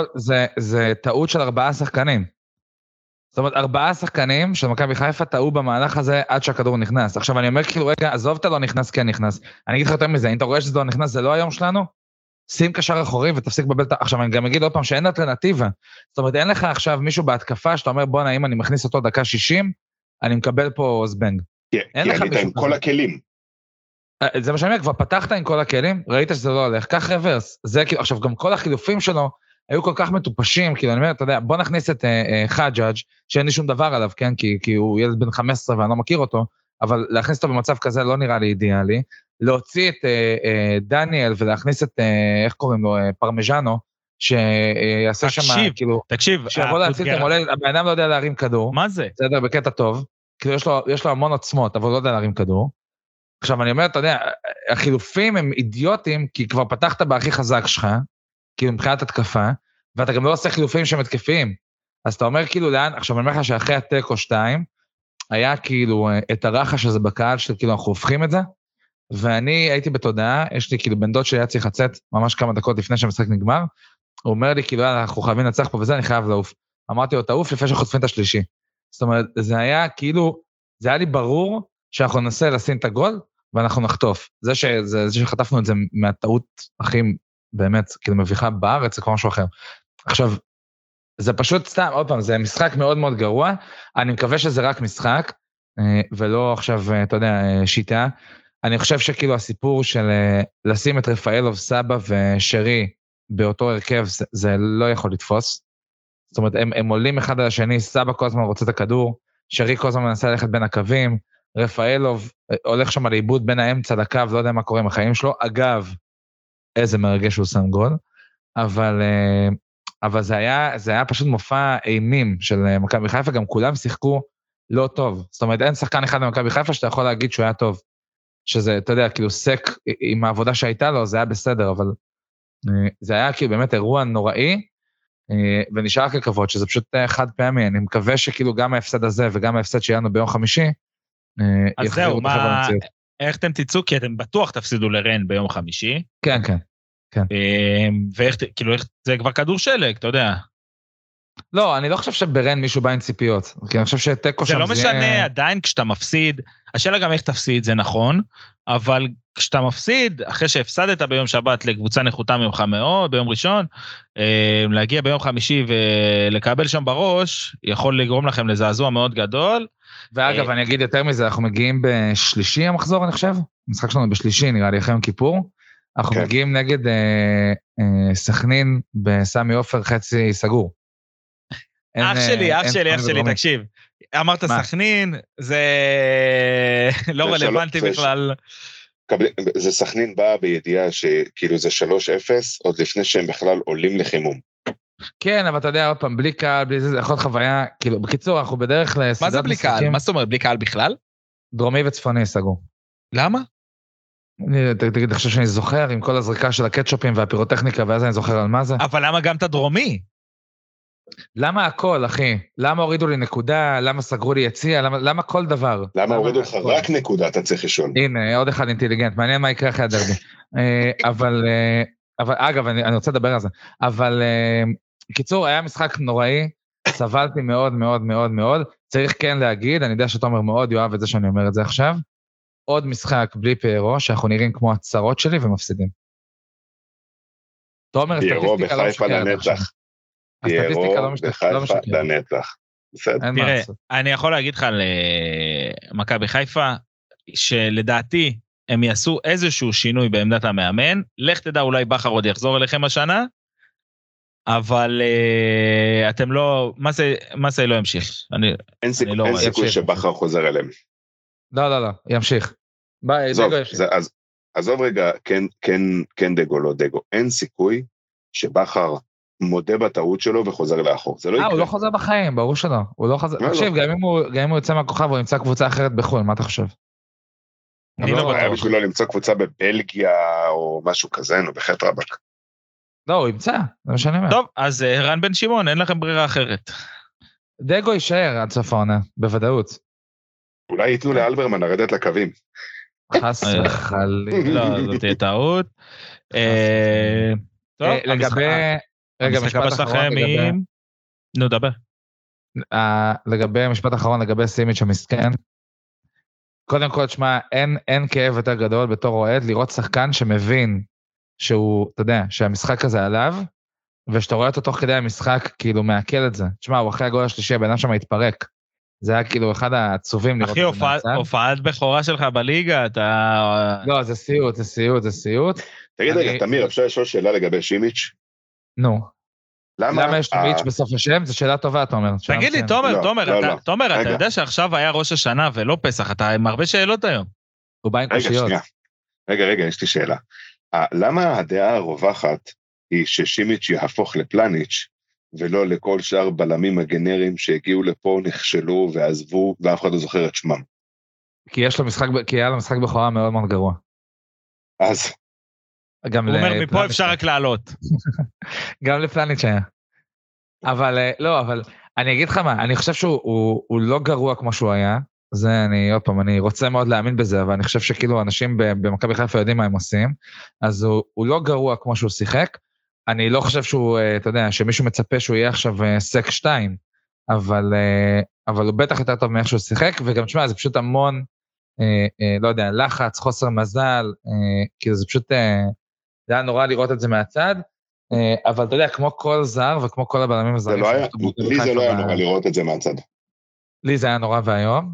זה טעות של 4 שחקנים. זאת אומרת, 4 שחקנים של מכבי חיפה טעו במהלך הזה עד שהכדור נכנס. עכשיו אני אומר כאילו, רגע, עזוב אתה לא נכנס, כן נכנס. אני אגיד לך יותר מזה, אם אתה רואה שזה לא נכנס, זה לא היום שלנו, שים קשר אחורי ותפסיק בבלת. עכשיו אני גם אגיד עוד פעם שאין אלטרנטיבה. זאת אומרת, אין לך עכשיו מישהו בהתקפה שאתה אומר, בוא נעים, אני מכניס אותו דקה 60, אני מקבל פה זבנג.
כי עלית עם כל הכלים.
זה מה שאני אומר, כבר פתחת עם כל הכלים, ראית שזה לא הולך, כך רוורס. זה כאילו, עכשיו גם כל החילופים שלו, היו כל כך מטופשים, כאילו אני אומר, אתה יודע, בוא נכניס את חג'אג' שאין לי שום דבר עליו, כן, כי הוא ילד בן 15 ואני לא מכיר אותו, אבל להכניס אותו במצב כזה לא נראה לי אידיאלי, להוציא את דניאל ולהכניס את, איך קוראים לו, פרמז'אנו, שיעשה שם, כאילו,
תקשיב,
שיבוא להציל את המולד, הבן אדם לא יודע להרים כדור,
מה זה?
בסדר, בקטע טוב, כאילו יש לו המון עוצמות, אבל לא יודע להרים כדור, עכשיו אני אומר, אתה יודע, החילופים הם אידיוטים, כי כבר פתחת בהכי חזק שלך, כאילו מבחינת התקפה, ואתה גם לא עושה חילופים שהם התקפיים, אז אתה אומר כאילו לאן, עכשיו אני אומר לך שאחרי הטקו 2, היה כאילו את הרחש הזה בקהל, שכאילו אנחנו הופכים את זה, ואני הייתי בתודעה, יש לי כאילו בן דוד שהיה צריך לצאת, ממש כמה דקות לפני שהמשחק נגמר, הוא אומר לי כאילו, אנחנו חייבים לנצח פה וזה, אני חייב לעוף. אמרתי לו, תעוף לפני שחוטפים את השלישי. זאת אומרת, זה היה כאילו, זה היה לי ברור, שאנחנו ננסה לשים את הגול, ואנחנו נחטוף. זה שחטפנו את זה מהטעות הכי באמת, כאילו מביכה בארץ, זה כבר משהו אחר. עכשיו, זה פשוט סתם, עוד פעם, זה משחק מאוד מאוד גרוע, אני מקווה שזה רק משחק, ולא עכשיו, אתה יודע, שיטה. אני חושב שכאילו הסיפור של לשים את רפאלוב, סבא ושרי באותו הרכב, זה לא יכול לתפוס. זאת אומרת, הם עולים אחד על השני, סבא כל הזמן רוצה את הכדור, שרי כל הזמן מנסה ללכת בין הקווים, רפאלוב הולך שם לאיבוד בין האמצע לקו, לא יודע מה קורה עם החיים שלו, אגב, איזה מרגש הוא שם גול, אבל זה היה פשוט מופע אימים של מכבי חיפה, גם כולם שיחקו לא טוב, זאת אומרת, אין שחקן אחד במכבי חיפה שאתה יכול להגיד שהוא היה טוב, שזה, אתה יודע, כאילו סק עם העבודה שהייתה לו, זה היה בסדר, אבל זה היה כאילו באמת אירוע נוראי, ונשאר ככבוד, שזה פשוט חד פעמי, אני מקווה שכאילו גם ההפסד הזה, וגם ההפסד שיהיה ביום חמישי,
אז זהו, איך אתם תצאו? כי אתם בטוח תפסידו לרן ביום חמישי.
כן, כן.
ואיך, כאילו, זה כבר כדור שלג, אתה יודע.
לא, אני לא חושב שברן מישהו בא עם ציפיות, כי אני חושב שטקו שם
זה לא משנה, עדיין כשאתה מפסיד, השאלה גם איך תפסיד, זה נכון, אבל כשאתה מפסיד, אחרי שהפסדת ביום שבת לקבוצה נחותה ממך מאוד, ביום ראשון, להגיע ביום חמישי ולקבל שם בראש, יכול לגרום לכם לזעזוע מאוד גדול.
ואגב, אני אגיד יותר מזה, אנחנו מגיעים בשלישי המחזור, אני חושב, המשחק שלנו בשלישי, נראה לי אחרי יום כיפור, אנחנו מגיעים נגד סכנין בסמי עופר חצי סגור.
אח שלי, תקשיב, אמרת סכנין, זה לא רלוונטי בכלל.
זה סכנין באה בידיעה שכאילו זה 3-0, עוד לפני שהם בכלל עולים לחימום.
כן, אבל אתה יודע, עוד פעם, בלי קהל, בלי זה יכול להיות חוויה, כאילו, בקיצור, אנחנו בדרך לסדרת משחקים.
מה זה בלי קהל? מה זאת אומרת, בלי קהל בכלל?
דרומי וצפוני סגור.
למה?
תגיד, אני חושב שאני זוכר עם כל הזריקה של הקטשופים והפירוטכניקה, ואז אני זוכר על מה זה.
אבל למה גם את הדרומי?
למה הכל, אחי? למה הורידו לי נקודה? למה סגרו לי יציע? למה כל דבר?
למה הורידו לך רק נקודה, אתה צריך לשאול.
הנה, עוד אחד אינטליגנט, מעניין מה יקרה אחרי הדרבי. אבל אגב, אני רוצה לדבר על זה. אבל קיצור, היה משחק נוראי, סבלתי מאוד מאוד מאוד מאוד, צריך כן להגיד, אני יודע שתומר מאוד יאהב את זה שאני אומר את זה עכשיו, עוד משחק בלי פיירו, שאנחנו נראים כמו הצרות שלי ומפסידים. תומר,
פיירו בחיפה לנצח.
הסטטיסטיקה לא משקרת.
לנצח.
תראה, אני יכול להגיד לך על מכבי חיפה, שלדעתי הם יעשו איזשהו שינוי בעמדת המאמן, לך תדע אולי בכר עוד יחזור אליכם השנה, אבל אתם לא, מה זה לא ימשיך?
אין סיכוי שבכר חוזר אליהם.
לא, ימשיך.
עזוב רגע, כן דגו, לא דגו, אין סיכוי שבכר מודה בטעות שלו וחוזר לאחור, זה לא יקרה.
הוא לא חוזר בחיים, ברור שלא, הוא לא חוזר, תקשיב, גם אם הוא יוצא מהכוכב, הוא ימצא קבוצה אחרת בחו"ל, מה אתה חושב?
אני לא היה בשבילו למצוא קבוצה בבלגיה, או משהו כזה, נו, בחטא רבק.
לא, הוא ימצא, זה מה שאני אומר.
טוב, אז רן בן שמעון, אין לכם ברירה אחרת.
דגו יישאר עד סוף העונה, בוודאות.
אולי ייתנו לאלברמן לרדת לקווים.
חס וחלילה.
לא, זאת תהיה טעות. טוב,
לגבי... רגע, משפט אחרון לגבי...
נו, דבר.
לגבי משפט אחרון, לגבי סימיץ' המסכן. קודם כל, תשמע, אין כאב יותר גדול בתור אוהד, לראות שחקן שמבין שהוא, אתה יודע, שהמשחק הזה עליו, ושאתה רואה אותו תוך כדי המשחק, כאילו מעכל את זה. תשמע, הוא אחרי הגול השלישי, הבן אדם שם התפרק. זה היה כאילו אחד העצובים לראות את זה מהצד.
אחי, הופעת בכורה שלך בליגה, אתה...
לא, זה סיוט.
תגיד רגע, תמיר, אפשר לשאול שאלה לגבי שימיץ'?
נו. למה יש שימיץ' בסוף השם? זו שאלה טובה, אתה אומר.
תגיד לי, תומר, אתה יודע שעכשיו היה ראש השנה ולא פסח, אתה עם הרבה שאלות היום.
הוא בא עם קושיות.
רגע, יש לי שאלה. למה הדעה הרווחת היא ששימיץ' יהפוך לפלניץ' ולא לכל שאר בלמים הגנריים שהגיעו לפה, נכשלו ועזבו, ואף אחד לא זוכר את שמם?
כי היה לו משחק בכורה מאוד מאוד גרוע.
אז...
הוא אומר, מפה אפשר רק לעלות.
גם לפלניץ' היה. אבל אני אגיד לך מה, אני חושב שהוא לא גרוע כמו שהוא היה, זה עוד פעם, אני רוצה מאוד להאמין בזה, אבל אני חושב שכאילו אנשים במכבי חיפה יודעים מה הם עושים, אז הוא לא גרוע כמו שהוא שיחק, אני לא חושב שהוא, אתה יודע, שמישהו מצפה שהוא יהיה עכשיו סק 2, אבל הוא בטח יותר טוב מאיך שהוא שיחק, וגם תשמע, זה פשוט המון, לא יודע, לחץ, חוסר מזל, כאילו זה פשוט, זה היה נורא לראות את זה מהצד, אבל אתה יודע, כמו כל זר וכמו כל הבלמים הזרים,
לי זה לא היה נורא לראות את זה מהצד.
לי זה היה נורא והיום,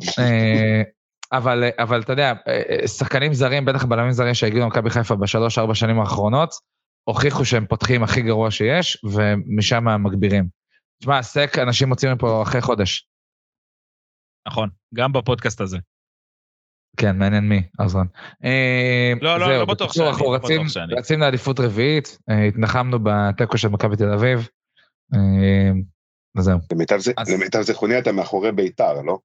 אבל אתה יודע, שחקנים זרים, בטח בלמים זרים שהגיעו למכבי חיפה ב3-4 שנים האחרונות, הוכיחו שהם פותחים הכי גרוע שיש, ומשם מגבירים. תשמע, סק, אנשים מוצאים מפה אחרי חודש.
נכון, גם בפודקאסט הזה.
כן, מעניין מי, עזרן.
לא בטוח שאני.
אנחנו רצים לעדיפות רביעית, התנחמנו בטקו של מכבי תל אביב, וזהו.
למיטב זיכרוני אתה מאחורי ביתר, לא?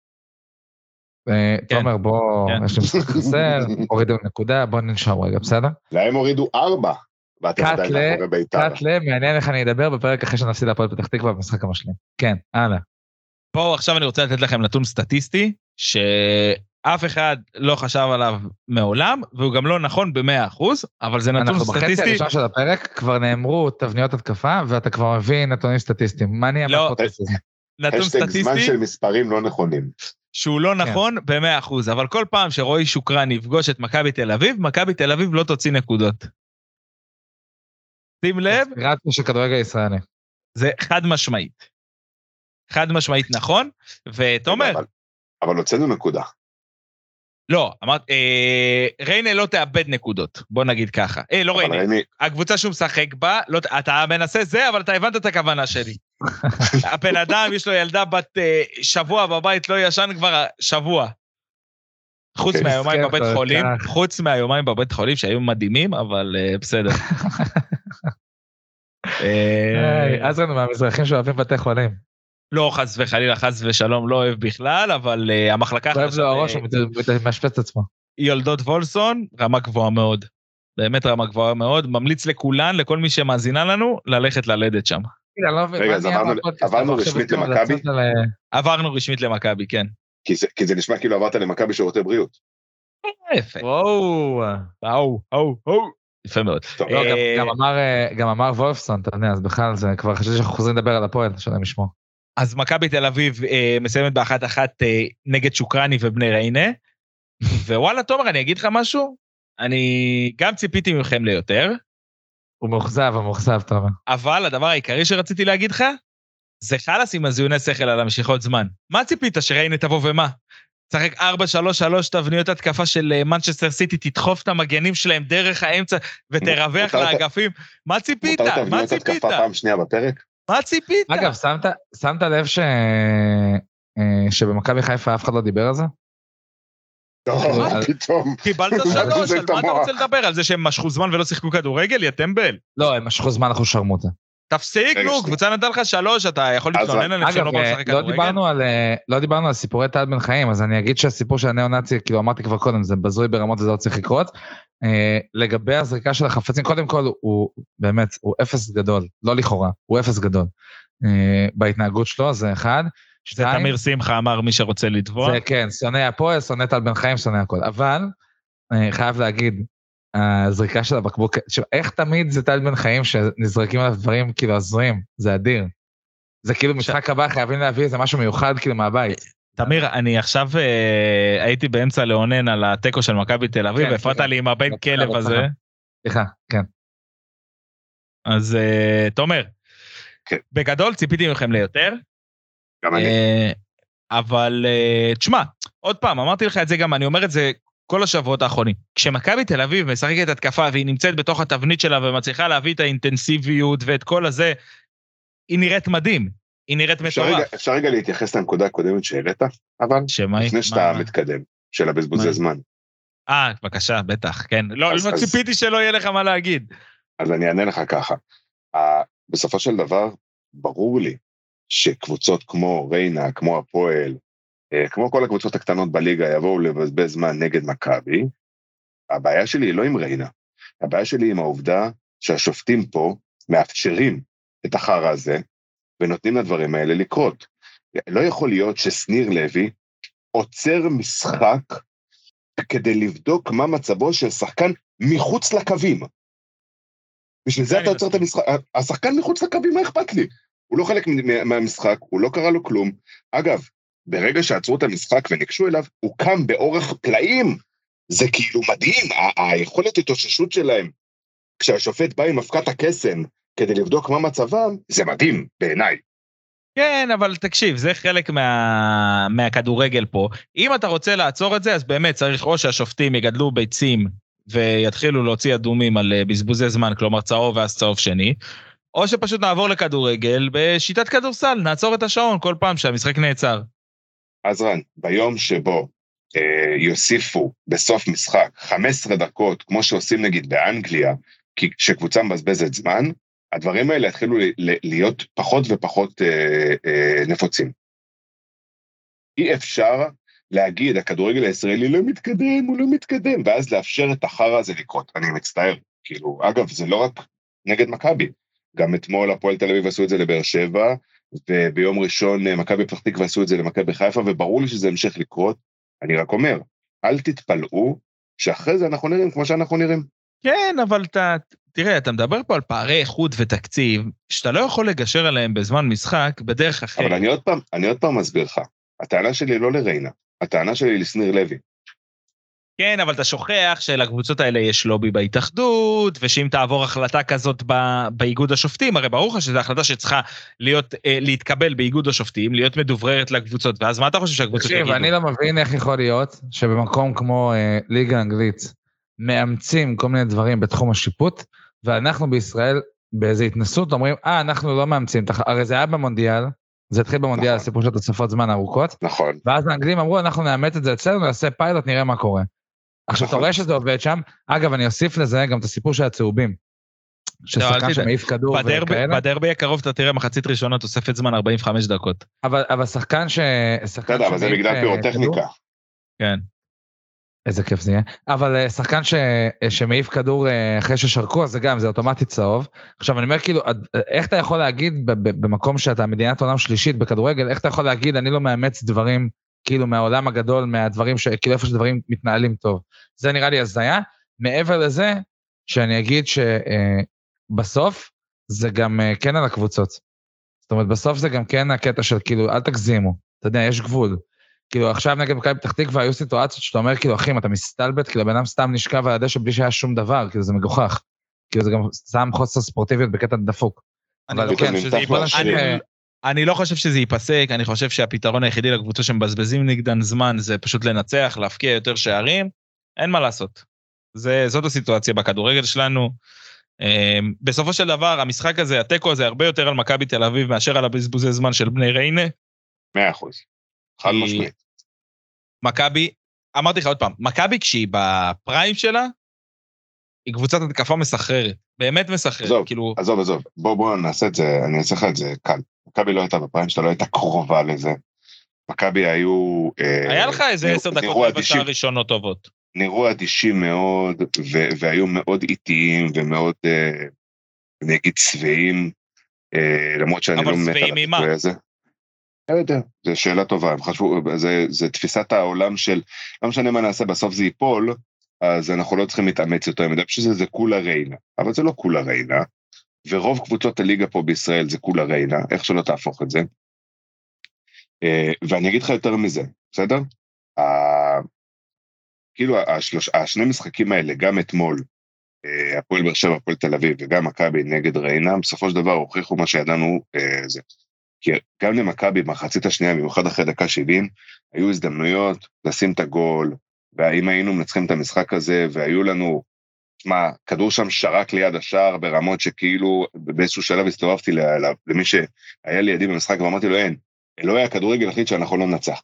תומר, בוא, יש לי משחק חסר, הורידו נקודה, בוא ננשאר רגע, בסדר?
להם הורידו 4, ואתם עדיין מאחורי ביתר.
קטלה, מעניין איך אני אדבר בפרק אחרי שנפסיד הפועל פתח תקווה במשחק המשלים. כן, הלאה.
פה עכשיו אני רוצה לתת לכם נתון סטטיסטי, שאף אחד לא חשב עליו מעולם, והוא גם לא נכון ב100%, אבל זה נתון סטטיסטי.
אנחנו בחצי הראשון של הפרק כבר נאמרו תבניות התקפה, ואתה כבר מביא נתונים סטטיסטיים. מה נהיה מהפודקאסט הזה?
נתון סטטיסטי.
זמן של מספרים לא נכונים.
שהוא לא נכון ב100%, אבל כל פעם שרועי שוקרן יפגוש את מכבי תל אביב, מכבי תל אביב לא תוציא נקודות. שים לב.
רצנו של כדורגל הישראלי.
זה חד משמעית. חד משמעית נכון, ותומר.
אבל הוצאנו נקודה.
לא, אמרת, ריינה לא תאבד נקודות, בוא נגיד ככה. לא ריינה, הקבוצה שהוא משחק בה, אתה מנסה זה, אבל אתה הבנת את הכוונה שלי. הבן אדם, יש לו ילדה בת שבוע בבית, לא ישן כבר שבוע. חוץ מהיומיים בבית חולים, שהיו מדהימים, אבל בסדר.
אז לנו מהמזרחים שאוהבים בתי חולים.
לא, חס וחלילה, חס ושלום, לא אוהב בכלל, אבל המחלקה...
אוהב לו הראש, הוא משפץ את עצמו.
יולדות וולסון, רמה גבוהה מאוד. באמת רמה גבוהה מאוד. ממליץ לכולן, לכל מי שמאזינה לנו, ללכת ללדת שם.
רגע, אז עברנו רשמית למכבי?
עברנו רשמית למכבי, כן.
כי זה נשמע כאילו עברת למכבי שירותי בריאות.
יפה. יפה מאוד.
גם אמר וולפסון, אתה יודע, אז בכלל זה כבר חשוב שאנחנו חוזרים לדבר על הפועל, שלהם לשמוע.
אז מכבי תל אביב מסיימת ב1-1 נגד שוקרני ובני ריינה, ווואלה, תומר, אני אגיד לך משהו? אני גם ציפיתי מכם ליותר.
הוא מאוכזב, תומר.
אבל הדבר העיקרי שרציתי להגיד לך, זה חלס עם הזיוני שכל על המשיכות זמן. מה ציפית שריינה תבוא ומה? צחק 4-3-3 תבניות התקפה של מנצ'סטר סיטי, תדחוף את המגנים שלהם דרך האמצע, ותרווח לאגפים. מה ציפית?
מותר תבניות התקפה פעם שנייה בפרק?
מה ציפית?
אגב, שמת לב שבמכבי חיפה אף אחד לא דיבר על זה?
לא, פתאום.
קיבלת 3, על מה אתה רוצה לדבר? על זה שהם משכו זמן ולא שיחקו כדורגל, יא טמבל?
לא, הם משכו זמן, אנחנו שרמוטה.
תפסיק, נו, קבוצה נתן לך 3, אתה יכול להתלונן עליהם שלא בוא לשחק כדורגל?
לא דיברנו על סיפורי טל בן חיים, אז אני אגיד שהסיפור של הנאו-נאצי, כאילו אמרתי כבר קודם, זה בזוי ברמות וזה לא צריך לקרות. לגבי הזריקה של החפצים, קודם כל הוא באמת, הוא אפס גדול, לא לכאורה, הוא אפס גדול. בהתנהגות שלו, זה אחד.
זה תמיר שמחה אמר מי שרוצה לתבוע.
זה כן, שונא הפועל, שונא טל בן חיים, שונא הכל. אבל, חייב להגיד, הזריקה של הבקבוק, איך תמיד זה טל בן חיים שנזרקים עליו דברים כאילו עזרים, זה אדיר. זה כאילו משחק הבא, חייבים להביא איזה משהו מיוחד כאילו מהבית.
תמיר, אני עכשיו הייתי באמצע לעונן על הטקו של מכבי תל אביב, והפרעת לי עם הבן כלב הזה.
סליחה, כן.
אז תומר, בגדול ציפיתי מכם ליותר.
גם אני.
אבל תשמע, עוד פעם, אמרתי לך את זה גם, אני אומר את זה כל השבועות האחרונים. כשמכבי תל אביב משחקת התקפה והיא נמצאת בתוך התבנית שלה ומצליחה להביא את האינטנסיביות ואת כל הזה, היא נראית מדהים, היא נראית מטורף.
אפשר רגע להתייחס לנקודה הקודמת שהראית, אבל לפני שאתה מתקדם, של הבזבוזי זמן.
בבקשה, בטח, כן. לא ציפיתי שלא יהיה לך מה להגיד.
אז אני אענה לך ככה. בסופו של דבר, ברור לי שקבוצות כמו ריינה, כמו הפועל, כמו כל הקבוצות הקטנות בליגה יבואו לבזבז זמן נגד מכבי, הבעיה שלי היא לא עם ריינה, הבעיה שלי היא עם העובדה שהשופטים פה מאפשרים את החרא הזה, ונותנים לדברים האלה לקרות. לא יכול להיות שסניר לוי עוצר משחק כדי לבדוק מה מצבו של שחקן מחוץ לקווים. בשביל זה אתה עוצר את המשחק, השחקן מחוץ לקווים, מה אכפת לי? הוא לא חלק מהמשחק, הוא לא קרא לו כלום. אגב, ברגע שעצרו את המשחק וניגשו אליו, הוא קם באורך פלאים. זה כאילו מדהים, היכולת התאוששות שלהם. כשהשופט בא עם מפקת הקסם כדי לבדוק מה מצבם, זה מדהים בעיניי.
כן, אבל תקשיב, זה חלק מהכדורגל פה. אם אתה רוצה לעצור את זה, אז באמת צריך או שהשופטים יגדלו ביצים ויתחילו להוציא אדומים על בזבוזי זמן, כלומר צהוב ואז צהוב שני, או שפשוט נעבור לכדורגל בשיטת כדורסל, נעצור את השעון כל פעם שהמשחק נעצר.
אז רן, ביום שבו יוסיפו בסוף משחק 15 דקות, כמו שעושים נגיד באנגליה, כי כשקבוצה מבזבזת זמן, הדברים האלה התחילו להיות פחות ופחות נפוצים. אי אפשר להגיד, הכדורגל הישראלי לא מתקדם, הוא לא מתקדם, ואז לאפשר את החרא הזה לקרות. אני מצטער, כאילו, אגב, זה לא רק נגד מכבי, גם אתמול הפועל תל אביב עשו את זה לבאר שבע, וביום ראשון מכבי פתח תקווה עשו את זה למכבי חיפה, וברור לי שזה המשך לקרות. אני רק אומר, אל תתפלאו שאחרי זה אנחנו נראים כמו שאנחנו נראים.
כן, אבל תראה, אתה מדבר פה על פערי איכות ותקציב, שאתה לא יכול לגשר עליהם בזמן משחק בדרך אחרת.
אבל אני עוד פעם מסביר לך, הטענה שלי לא לריינה, הטענה שלי לסניר לוי.
כן, אבל אתה שוכח שלקבוצות האלה יש לובי בהתאחדות, ושאם תעבור החלטה כזאת באיגוד השופטים, הרי ברור לך שזו החלטה שצריכה להתקבל באיגוד השופטים, להיות מדובררת לקבוצות, ואז מה אתה חושב שהקבוצות יגידו?
אני לא מבין איך יכול להיות שבמקום כמו ליגה אנגלית, מאמצים כל מיני דברים בתחום השיפוט, ואנחנו בישראל באיזו התנסות אומרים, אנחנו לא מאמצים, הרי זה היה במונדיאל, זה התחיל במונדיאל, הסיפור של תוספות זמן ארוכות,
נכון.
ואז האנגלים אמרו, אנחנו נאמץ את זה אצלנו, נעשה פיילוט, נראה מה קורה. עכשיו, אתה רואה שזה עובד שם, אגב, אני אוסיף לזה גם את הסיפור של הצהובים, ששחקן שמעיף כדור וכאלה.
בדרבי הקרוב אתה תראה מחצית ראשונה תוספת זמן 45 דקות.
אבל שחקן
אבל זה בגלל פירוטכניקה.
כן.
איזה כיף זה יהיה. אבל שחקן שמעיף כדור אחרי ששרקו, אז זה גם, זה אוטומטית צהוב. עכשיו אני אומר כאילו, איך אתה יכול להגיד במקום שאתה מדינת עולם שלישית בכדורגל, איך אתה יכול להגיד, אני לא מאמץ דברים כאילו מהעולם הגדול, מהדברים כאילו איפה שדברים מתנהלים טוב. זה נראה לי הזיה. מעבר לזה, שאני אגיד שבסוף זה גם כן על הקבוצות. זאת אומרת, בסוף זה גם כן הקטע של כאילו, אל תגזימו. אתה יודע, יש גבול. כאילו עכשיו נגד מכבי פתח תקווה היו סיטואציות שאתה אומר כאילו אחים אתה מסתלבט, כאילו הבן אדם סתם נשכב על הדשא בלי שהיה שום דבר, כאילו זה מגוחך, כאילו זה גם סתם חוסר ספורטיביות בקטע דפוק.
אני לא חושב שזה ייפסק, אני חושב שהפתרון היחידי לקבוצה שמבזבזים נגדן זמן זה פשוט לנצח, להפקיע יותר שערים, אין מה לעשות. זאת הסיטואציה בכדורגל שלנו. בסופו של דבר המשחק הזה, התיקו הזה הרבה יותר על מכבי תל אביב מאשר על הבזבוזי זמן של בני ריינה.
100%. חד משמעית.
מכבי, אמרתי לך עוד פעם, מכבי כשהיא בפריים שלה, היא קבוצת התקפה מסחררת, באמת מסחררת.
עזוב, בוא נעשה את זה, אני אעשה לך את זה קל. מכבי לא הייתה בפריים שלה, לא הייתה קרובה לזה. מכבי היו...
היה לך איזה 10 דקות רבע ראשונות טובות.
נראו אדישים מאוד, והיו מאוד איטיים, ומאוד, אני אגיד, צבעים, למרות שאני לא מת על הביטוי הזה. לא יודע, זו שאלה טובה, זה תפיסת העולם של, לא משנה מה נעשה, בסוף זה ייפול, אז אנחנו לא צריכים להתאמץ יותר, אני יודע שזה כולה ריינה, אבל זה לא כולה ריינה, ורוב קבוצות הליגה פה בישראל זה כולה ריינה, איך שלא תהפוך את זה, ואני אגיד לך יותר מזה, בסדר? כאילו השני משחקים האלה, גם אתמול, הפועל באר שבע, הפועל תל אביב, וגם מכבי נגד ריינה, בסופו של דבר הוכיחו מה שידענו זה. כי גם למכבי במחצית השנייה, במיוחד אחרי דקה 70, היו הזדמנויות לשים את הגול, והאם היינו מנצחים את המשחק הזה, והיו לנו, כדור שם שרק ליד השער, ברמות שכאילו באיזשהו שלב הסתובבתי למי שהיה לידי במשחק, ואמרתי לו, אין, לא היה כדורגל החליט שאנחנו לא נצח.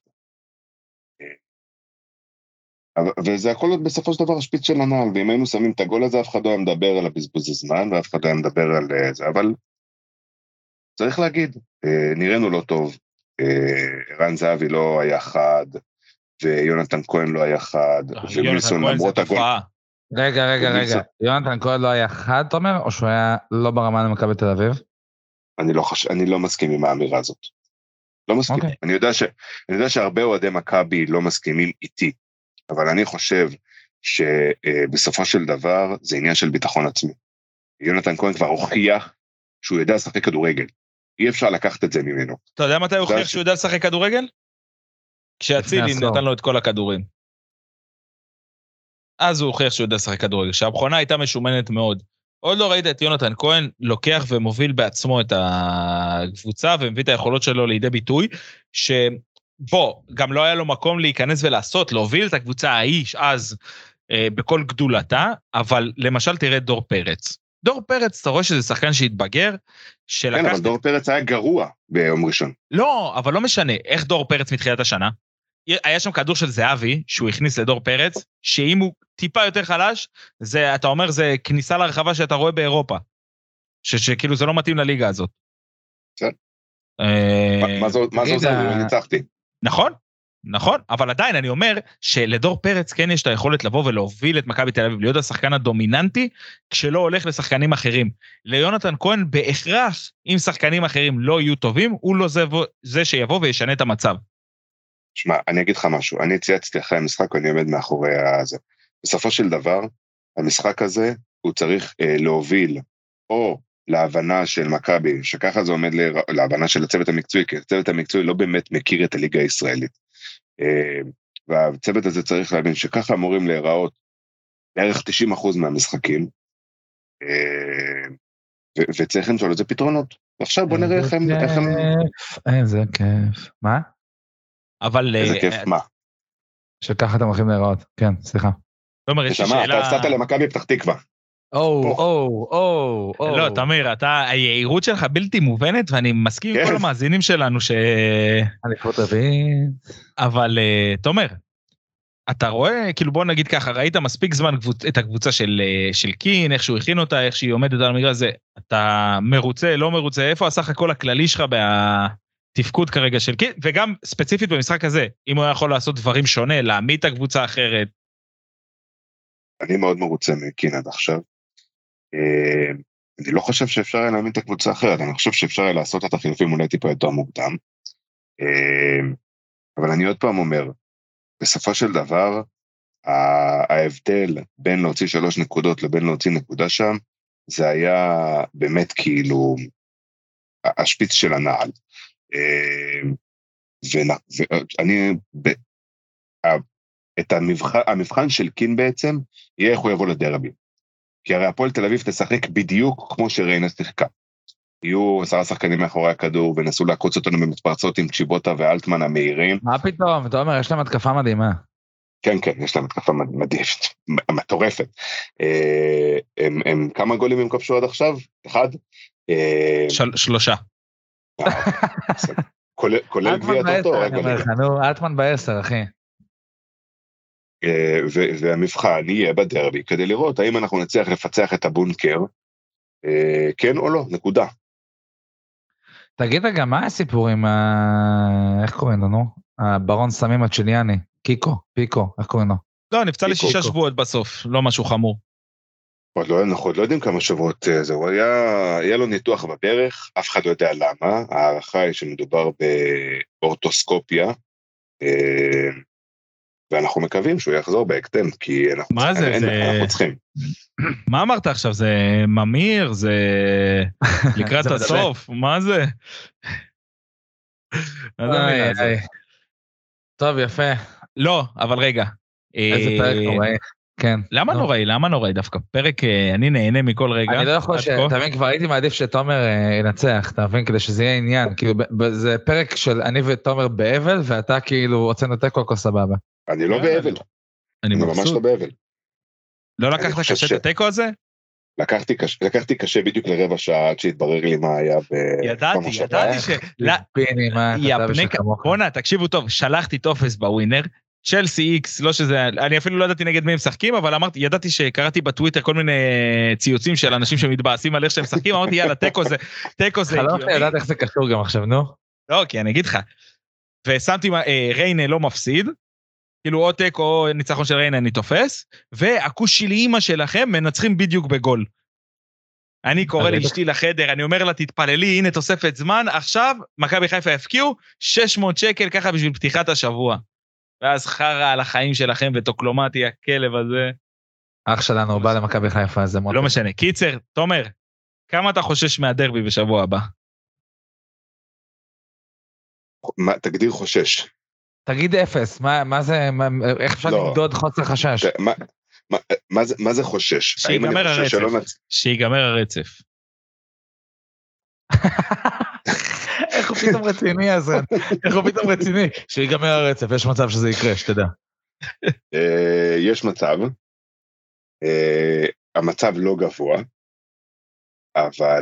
וזה יכול להיות בסופו של דבר השפיץ של הנעל, ואם היינו שמים את הגול הזה, אף אחד לא היה מדבר על הבזבוז הזמן, ואף אחד לא היה מדבר על זה, אבל צריך להגיד, נראינו לא טוב, ערן זהבי לא היה חד, ויונתן כהן לא היה חד, ומילסון למרות הגול.
רגע, יונתן כהן לא היה חד, אתה אומר, או שהוא היה לא ברמה למכבי תל אביב?
אני לא מסכים עם האמירה הזאת. לא מסכים. אני יודע שהרבה אוהדי מכבי לא מסכימים איתי, אבל אני חושב שבסופו של דבר זה עניין של ביטחון עצמי. יונתן כהן כבר הוכיח שהוא יודע לשחק כדורגל. אי אפשר לקחת את זה ממנו.
אתה יודע מתי הוא הוכיח שהוא יודע לשחק כדורגל? כשאצילי נתן לו את כל הכדורים. אז הוא הוכיח שהוא יודע לשחק כדורגל. שהמכונה הייתה משומנת מאוד. עוד לא ראית את יונתן כהן לוקח ומוביל בעצמו את הקבוצה, ומביא את היכולות שלו לידי ביטוי, שבו גם לא היה לו מקום להיכנס ולעשות, להוביל את הקבוצה האיש אז בכל גדולתה, אבל למשל תראה דור פרץ. דור פרץ, אתה רואה שזה שחקן שהתבגר,
כן, אבל דור פרץ היה גרוע ביום ראשון.
לא, אבל לא משנה, איך דור פרץ מתחילת השנה? היה שם כדור של זהבי, שהוא הכניס לדור פרץ, שאם הוא טיפה יותר חלש, זה, אתה אומר, זה כניסה לרחבה שאתה רואה באירופה. שכאילו זה לא מתאים לליגה הזאת.
מה זה עושה? אני ניצחתי.
נכון, אבל עדיין אני אומר שלדור פרץ כן יש את היכולת לבוא ולהוביל את מכבי תל אביב, להיות השחקן הדומיננטי, כשלא הולך לשחקנים אחרים. ליונתן כהן בהכרח, אם שחקנים אחרים לא יהיו טובים, הוא לא זה שיבוא וישנה את המצב.
שמע, אני אגיד לך משהו, אני צייצתי אחרי המשחק, אני עומד מאחורי הזה. בסופו של דבר, המשחק הזה, הוא צריך להוביל, או להבנה של מכבי, שככה זה עומד להבנה של הצוות המקצועי, כי הצוות המקצועי לא באמת מכיר את הליגה הישראלית. והצוות הזה צריך להבין שככה אמורים להיראות בערך 90% מהמשחקים, וצריך למצוא לזה פתרונות. ועכשיו בוא נראה איך הם...
איזה כיף. מה?
אבל...
איזה כיף, מה?
שככה אתם הולכים להיראות, כן, סליחה.
אתה הפסדת למכבי פתח תקווה.
לא, תמיר, היעירות שלך בלתי מובנת, ואני מסכים עם כל המאזינים שלנו
אליפות רביעית.
אבל, תומר, אתה רואה, כאילו בוא נגיד ככה, ראית מספיק זמן את הקבוצה של קין, איך שהוא הכין אותה, איך שהיא עומדת על המגרש הזה, אתה מרוצה, לא מרוצה, איפה הסך הכל הכללי שלך בתפקוד כרגע של קין, וגם ספציפית במשחק הזה, אם הוא יכול לעשות דברים שונה, להעמיד את הקבוצה אחרת,
אני מאוד מרוצה מקין עד עכשיו. אני לא חושב שאפשר היה להאמין את הקבוצה אחרת, אני חושב שאפשר היה לעשות את החילופים אולי טיפה יותר מוקדם. אבל אני עוד פעם אומר, בסופו של דבר, ההבדל בין להוציא 3 נקודות לבין להוציא נקודה שם, זה היה באמת כאילו השפיץ של הנעל. ואני, את המבחן של קין בעצם, יהיה איך הוא יבוא לדרבי. כי הרי הפועל תל אביב תשחק בדיוק כמו שריינה שיחקה. יהיו 10 שחקנים מאחורי הכדור, ונסו לעקוץ אותנו במתפרצות עם צ'יבוטה ואלטמן המהירים.
מה פתאום? אתה אומר, יש להם התקפה מדהימה.
כן, כן, יש להם התקפה מדהימה, מטורפת. הם כמה גולים הם כבשו עד עכשיו? 1?
3.
כולל גביע טוטו.
אלטמן ב10, אחי.
והמבחן יהיה בדרבי, כדי לראות האם אנחנו נצליח לפצח את הבונקר, כן או לא, נקודה.
תגיד רגע, מה הסיפור עם איך קוראים לנו? הברון סמים הצ'יליאני, פיקו, איך קוראים לו?
לא, נפצע ל6 שבועות בסוף, לא משהו חמור.
אנחנו עוד לא יודעים כמה שבועות זהו, היה לו ניתוח בברך, אף אחד לא יודע למה, הערכה היא שמדובר באורטוסקופיה, ואנחנו מקווים שהוא יחזור בהקדם, כי אנחנו צריכים.
מה אמרת עכשיו? זה ממיר? זה לקראת הסוף? מה זה?
טוב, יפה.
לא, אבל רגע.
איזה פרק נוראי. כן.
למה נוראי דווקא? פרק, אני נהנה מכל רגע.
אני לא יכול תבין, כבר הייתי מעדיף שתומר ינצח, תבין, כדי שזה יהיה עניין. כאילו, זה פרק של אני ותומר באבל, ואתה כאילו רוצה נתק כל סבבה.
אני לא באבל.
אני
ממש לא באבל.
לא לקחת קשה את הטקו הזה?
לקחתי קשה בדיוק לרבע שעה, עד שהתברר לי מה היה
ידעתי ש... בונה, תקשיבו טוב, שלחתי טופס בווינר, צ'לסי איקס, לא שזה, אני אפילו לא ידעתי נגד מי הם משחקים, אבל ידעתי שקראתי בטוויטר כל מיני ציוצים של אנשים שמתבאסים על איך שהם משחקים, אמרתי יאללה, טקו זה...
חלום ידעת איך זה קשור גם עכשיו, נו?
לא, כי אני אגיד לך, ושמתי ריינה לא מפסיד, כאילו או טק או ניצחון של ריינה אני תופס, והכושי לאמא שלכם מנצחים בדיוק בגול. אני קורא לאשתי לחדר, אני אומר לה תתפללי, הנה תוספת זמן, עכשיו מכבי חיפה יפקיעו 600 שקל ככה בשביל פתיחת השבוע. ואז חרה על החיים שלכם וטוקלומטי הכלב הזה.
אח שלנו הוא בא למכבי חיפה, זה מאוד...
לא משנה. קיצר, תומר, כמה אתה חושש מהדרבי בשבוע הבא?
תגדיר חושש.
תגיד 0, מה זה, איך אפשר למדוד חוסר חשש?
מה זה חושש?
שיגמר הרצף. שיגמר הרצף.
איך הוא פתאום רציני אז? איך הוא פתאום רציני? שיגמר הרצף, יש מצב שזה יקרה, שתדע.
יש מצב. המצב לא גבוה, אבל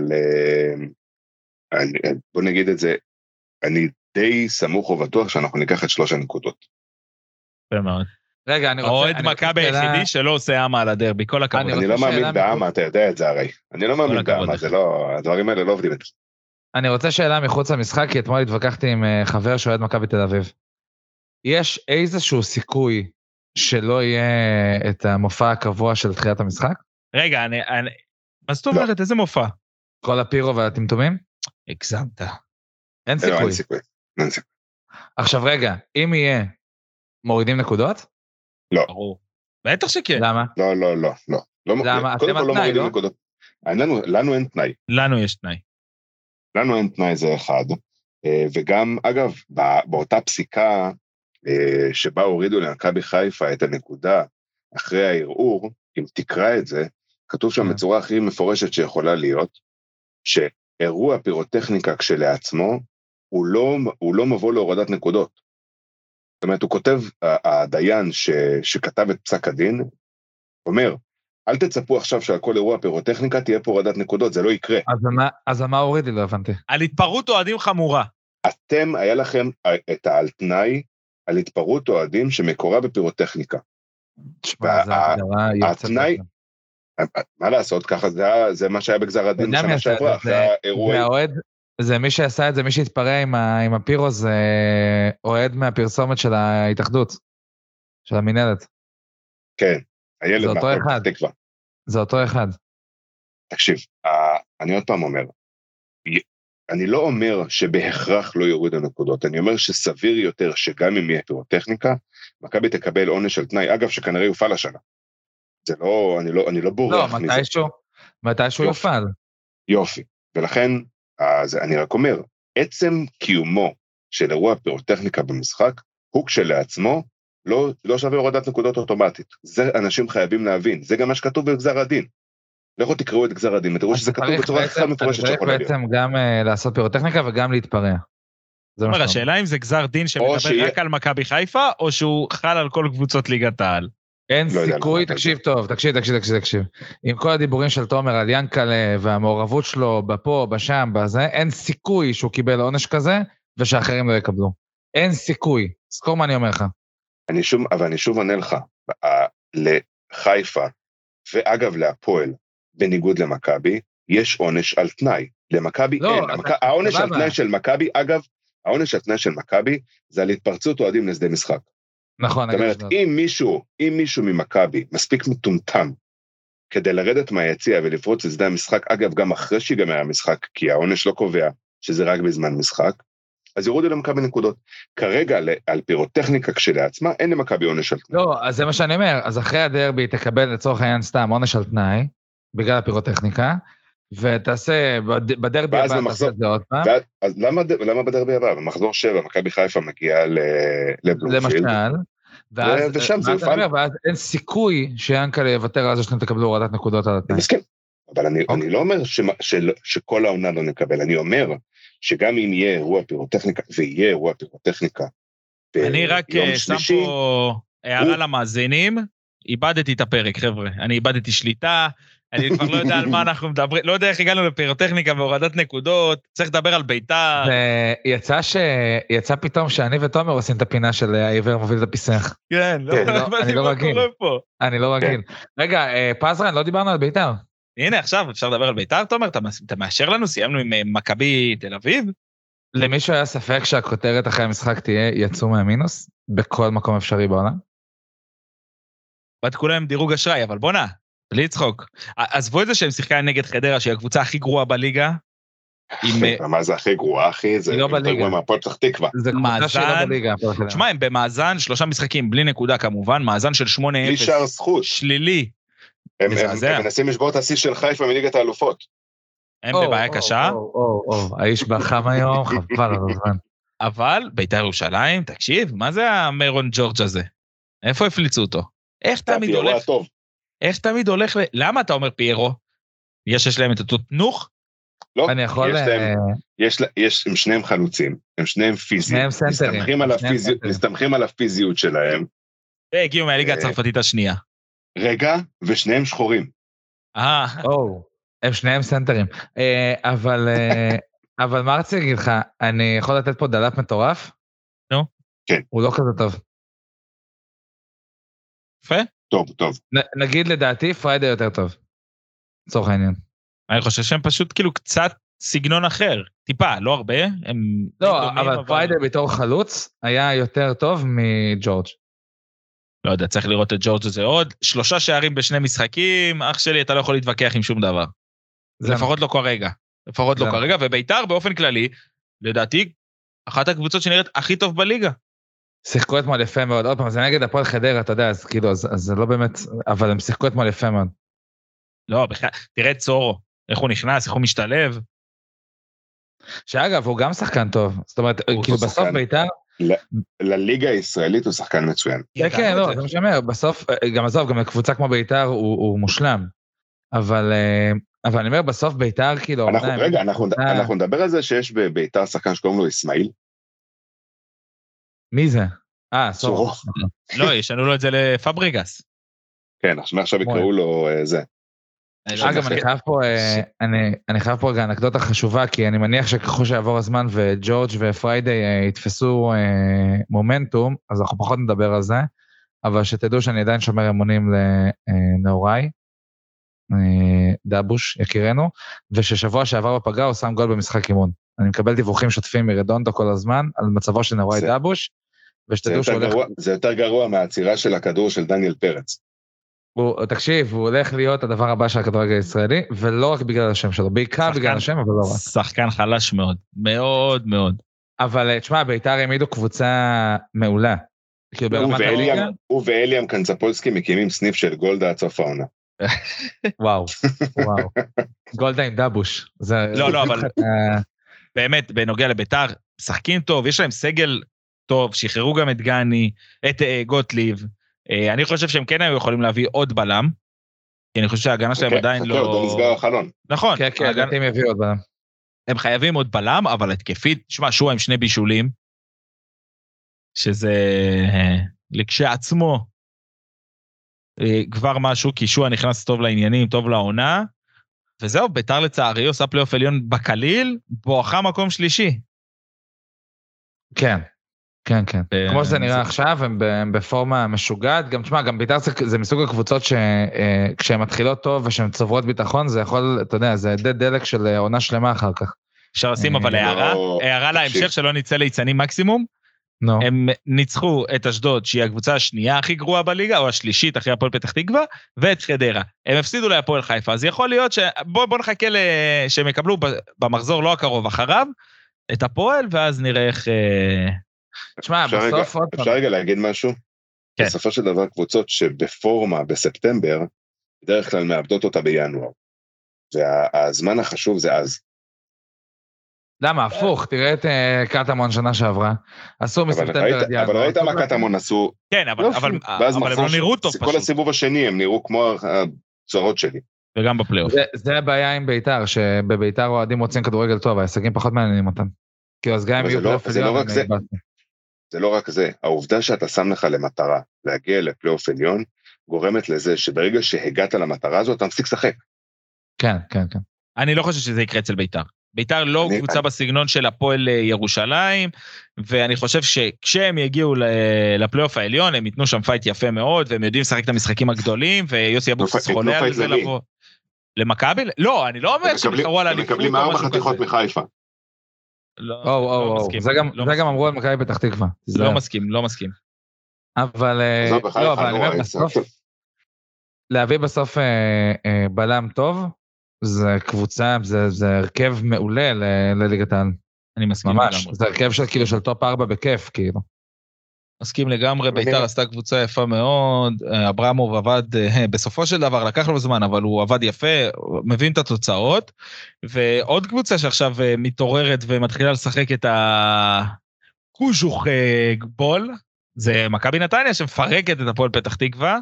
בוא נגיד את זה, אני די סמוך ובטוח שאנחנו ניקח את 3 הנקודות.
במאוד.
רגע, אני רוצה...
אוהד מכבי היחידי שלא עושה אמה על הדרבי, כל הכבוד.
אני לא מאמין באמה, אתה יודע את זה הרי. אני לא מאמין באמה, זה לא, הדברים האלה לא עובדים את זה.
אני רוצה שאלה מחוץ למשחק, כי אתמול התווכחתי עם חבר שאוהד מכבי תל אביב. יש איזשהו סיכוי שלא יהיה את המופע הקבוע של תחילת המשחק?
רגע, מה זאת אומרת, איזה מופע?
כל הפירו והטמטומים?
הגזמת.
אין סיכוי.
אין סיכוי.
עכשיו רגע, אם יהיה, מורידים נקודות?
לא.
ברור. בטח שכן.
למה?
לא.
למה?
קודם כל לא מורידים נקודות. לנו אין תנאי.
לנו יש תנאי.
לנו אין תנאי זה אחד, וגם אגב, באותה פסיקה שבה הורידו למכבי חיפה את הנקודה אחרי הערעור, אם תקרא את זה, כתוב שם בצורה הכי מפורשת שיכולה להיות, שאירוע פירוטכניקה כשלעצמו, הוא לא מבוא להורדת נקודות. זאת אומרת, הוא כותב, הדיין שכתב את פסק הדין, אומר, אל תצפו עכשיו שעל כל אירוע פירוטכניקה תהיה פה הורדת נקודות, זה לא יקרה.
אז מה הורידי? לא הבנתי.
על התפרעות אוהדים חמורה.
היה לכם את העל תנאי, על התפרעות אוהדים שמקורה בפירוטכניקה. התנאי, מה לעשות ככה, זה מה שהיה בגזר הדין שנה שעברה,
זה מי שעשה את זה, מי שהתפרע עם הפירו, זה אוהד מהפרסומת של ההתאחדות, של המנהלת.
כן, הילד מהפועל פתח תקווה.
זה אותו אחד.
תקשיב, אני עוד פעם אומר, אני לא אומר שבהכרח לא יוריד הנקודות, אני אומר שסביר יותר שגם אם יהיה פירוטכניקה, מכבי תקבל עונש על תנאי, אגב שכנראה יופעל השנה. זה לא, אני לא בורח מזה.
מתישהו יופעל.
יופי, ולכן, אני רק אומר, עצם קיומו של אירוע פירוטכניקה במשחק, הוא כשלעצמו לא שווה הורדת נקודות אוטומטית. זה אנשים חייבים להבין, זה גם מה שכתוב בגזר הדין. לכו תקראו את גזר הדין, ותראו שזה כתוב בצורה חד מפורשת שיכולה להיות.
בעצם גם לעשות פירוטכניקה וגם להתפרע.
אומר, השאלה אם זה גזר דין שמדבר רק על מכבי חיפה, או שהוא חל על כל קבוצות ליגת העל.
אין סיכוי, תקשיב טוב, תקשיב. עם כל הדיבורים של תומר על ינקלה והמעורבות שלו בפה, בשם, בזה, אין סיכוי שהוא קיבל עונש כזה, ושאחרים לא יקבלו. אין סיכוי. זכור מה אני אומר לך.
אבל אני שוב עונה לך, לחיפה, ואגב להפועל, בניגוד למכבי, יש עונש על תנאי. למכבי אין. העונש על תנאי של מכבי, אגב, העונש על תנאי של מכבי, זה על התפרצות אוהדים לשדה משחק.
נכון.
זאת אומרת, אם מישהו ממכבי מספיק מטומטם, כדי לרדת מהיציע ולפרוץ לשדה המשחק, אגב, גם אחרי שיגמר המשחק, כי העונש לא קובע שזה רק בזמן משחק, אז יורידו למכבי נקודות. כרגע, על פירוטכניקה כשלעצמה, אין למכבי עונש על תנאי.
לא, אז זה מה שאני אומר, אז אחרי הדרבי תקבל לצורך העניין סתם עונש על תנאי, בגלל הפירוטכניקה, ותעשה בדרבי הבא, תעשה את זה עוד פעם.
אז למה בדרבי הבא? במחזור 7, מכבי חיפה מגיעה לבלומפילד.
למשל, ואז אין סיכוי שיאנקלה יוותר על זה שאתם תקבלו הורדת נקודות על התנאי.
מסכים, אבל אני לא אומר שכל העונה לא נקבל, אני אומר שגם אם יהיה אירוע פירוטכניקה, ויהיה אירוע פירוטכניקה,
אני רק שם פה הערה למאזינים, איבדתי את הפרק, חבר'ה, אני איבדתי שליטה, אני כבר לא יודע על מה אנחנו מדברים, לא יודע איך הגענו לפירוטכניקה והורדת נקודות, צריך לדבר על ביתר.
יצא פתאום שאני ותומר עושים את הפינה של העיוור מוביל את הפיסח.
כן,
אני לא רגיל. רגע, פזרן, לא דיברנו על ביתר.
הנה, עכשיו אפשר לדבר על ביתר, תומר, אתה מאשר לנו, סיימנו עם מכבי תל אביב?
למישהו היה ספק שהכותרת אחרי המשחק תהיה יצאו מהמינוס, בכל מקום אפשרי בעולם?
בת כולם דירוג אשראי, אבל בוא נע. בלי צחוק. עזבו את זה שהם שיחקה נגד חדרה, שהיא הקבוצה הכי גרועה בליגה.
מה זה הכי גרועה, אחי? זה יותר גרועה מהפועל פתח תקווה.
זה קבוצה שלא בליגה.
תשמע, הם במאזן, 3 משחקים, בלי נקודה כמובן, מאזן של 8-0.
בלי שער זכות.
שלילי.
הם מנסים לשבור את השיא של חיפה מליגת האלופות.
הם בבעיה קשה.
האיש בחם היום, חבל על הזמן.
אבל בית"ר ירושלים, תקשיב, מה זה המרון ג'ורג' הזה? איפה הפליצו אותו? איך תמיד הולך, למה אתה אומר פיירו? יש להם את אותו תנוך?
לא, הם שניהם חלוצים, הם שניהם פיזיים, מסתמכים על הפיזיות שלהם.
והגיעו מהליגה הצרפתית השנייה.
רגע, ושניהם שחורים.
הם שניהם סנטרים. אבל מה רציתי להגיד לך, אני יכול לתת פה דלת מטורף?
נו.
כן.
הוא לא כזה טוב.
יפה?
טוב.
נגיד לדעתי פריידי יותר טוב. לצורך העניין. אני חושב שהם פשוט כאילו קצת סגנון אחר. טיפה, לא הרבה.
לא, אבל פריידי בתור חלוץ היה יותר טוב מג'ורג'.
לא יודע, צריך לראות את ג'ורג' הזה עוד. 3 שערים ב2 משחקים, אח שלי, אתה לא יכול להתווכח עם שום דבר. לפחות לא כרגע. לפחות לא כרגע, וביתר באופן כללי, לדעתי, אחת הקבוצות שנראית הכי טוב בליגה.
שיחקו אתמול יפה מאוד, עוד פעם, זה נגד הפועל חדרה, אתה יודע, אז כאילו, אז זה לא באמת, אבל הם שיחקו אתמול יפה מאוד.
לא, בכלל, תראה את צורו, איך הוא נכנס, איך הוא משתלב.
שאגב, הוא גם שחקן טוב, זאת אומרת, כאילו בסוף ביתר...
לליגה הישראלית הוא שחקן מצוין.
כן, לא, זה מה שאומר, בסוף, גם עזוב, גם לקבוצה כמו ביתר הוא מושלם, אבל אני אומר, בסוף ביתר כאילו...
רגע, אנחנו נדבר על זה שיש בביתר שחקן שקוראים לו אסמאעיל.
מי זה? סורו.
לא, ישנו לו את זה לפבריגס.
כן, עכשיו יקראו לו זה.
אגב, אני חייב פה רגע אנקדוטה חשובה, כי אני מניח שככל שיעבור הזמן וג'ורג' ופריידי יתפסו מומנטום, אז אנחנו פחות נדבר על זה, אבל שתדעו שאני עדיין שומר אמונים לנאוריי, דאבוש, יכירנו, וששבוע שעבר בפגרה הוא שם גול במשחק אימון. אני מקבל דיווחים שוטפים מרדונדו כל הזמן, על מצבו של נאוריי דאבוש, ושתדעו שהולך...
זה יותר גרוע מהעצירה של הכדור של דניאל פרץ.
תקשיב, הוא הולך להיות הדבר הבא של הכדורגל הישראלי, ולא רק בגלל השם שלו, בעיקר בגלל השם, אבל לא רק.
שחקן חלש מאוד, מאוד מאוד.
אבל תשמע, ביתר העמידו קבוצה מעולה.
הוא ואליאם קנצפולסקי מקימים סניף של גולדה עד סוף העונה.
וואו, וואו. גולדה עם דבוש.
לא, אבל באמת, בנוגע לביתר, משחקים טוב, יש להם סגל טוב, שחררו גם את גני, את גוטליב. אני חושב שהם כן היו יכולים להביא עוד בלם, כי אני חושב שההגנה שלהם עדיין לא...
עוד נסגר החלון.
נכון.
כן, כן, הם יביאו עוד בלם.
הם חייבים עוד בלם, אבל התקפית, תשמע, שועה עם 2 בישולים, שזה לכשעצמו כבר משהו, כי שועה נכנס טוב לעניינים, טוב לעונה, וזהו, ביתר לצערי עושה פלייאוף עליון בקליל, בואכה מקום שלישי.
כן, כן, כן. כמו שזה נראה עכשיו, הם בפורמה משוגעת, גם תשמע, גם ביתר זה מסוג הקבוצות שכשהן מתחילות טוב ושהן צוברות ביטחון, זה יכול, אתה יודע, זה דלק של עונה שלמה אחר כך.
אפשר לשים אבל הערה להמשך שלא נצא ליצנים מקסימום, הם ניצחו את אשדוד, שהיא הקבוצה השנייה הכי גרועה בליגה, או השלישית אחרי הפועל פתח תקווה, ואת חדרה. הם הפסידו להפועל חיפה, אז יכול להיות בוא נחכה שהם יקבלו במחזור לא הקרוב אחריו, את הפועל, ואז נראה איך...
תשמע, בסוף... אפשר רגע להגיד משהו? בסופו של דבר קבוצות שבפורמה בספטמבר, בדרך כלל מאבדות אותה בינואר. והזמן החשוב זה אז.
למה? הפוך, תראה את קטמון שנה שעברה. עשו מספטמבר עד ינואר.
אבל ראית מה קטמון עשו?
כן, אבל הם לא נראו טוב פשוט.
כל הסיבוב השני הם נראו כמו הצורות שלי.
וגם בפלייאוף.
זה הבעיה עם ביתר, שבביתר אוהדים רוצים כדורגל טוב, ההישגים פחות מעניינים אותם. כאילו, אז גם אם יהיו פלייאוף עליון,
זה לא רק זה, העובדה שאתה שם לך למטרה להגיע לפלייאוף עליון, גורמת לזה שברגע שהגעת למטרה הזאת, אתה מפסיק לשחק.
כן, כן, כן.
אני לא חושב שזה יקרה אצל ביתר. ביתר לא קבוצה בסגנון של הפועל ירושלים, ואני חושב שכשהם יגיעו לפלייאוף העליון, הם ייתנו שם פייט יפה מאוד, והם יודעים לשחק את המשחקים הגדולים, ויוסי אבוקסיס חולה על זה לבוא. למכבי? לא, אני לא אומר שבחרו על הליפות.
הם מקבלים 4 חתיכות מחיפה.
זה גם אמרו על מכבי פתח תקווה.
לא מסכים.
אבל להביא בסוף בלם טוב, זה קבוצה, זה הרכב מעולה לליגת העל.
אני מסכים
ממש, זה הרכב של טופ 4 בכיף, כאילו.
מסכים לגמרי, ביתר עשתה קבוצה יפה מאוד, אברמוב עבד, בסופו של דבר לקח לו זמן, אבל הוא עבד יפה, מבין את התוצאות, ועוד קבוצה שעכשיו מתעוררת ומתחילה לשחק את הקוז'וך בול, זה מכבי נתניה שמפרקת את הפועל פתח תקווה.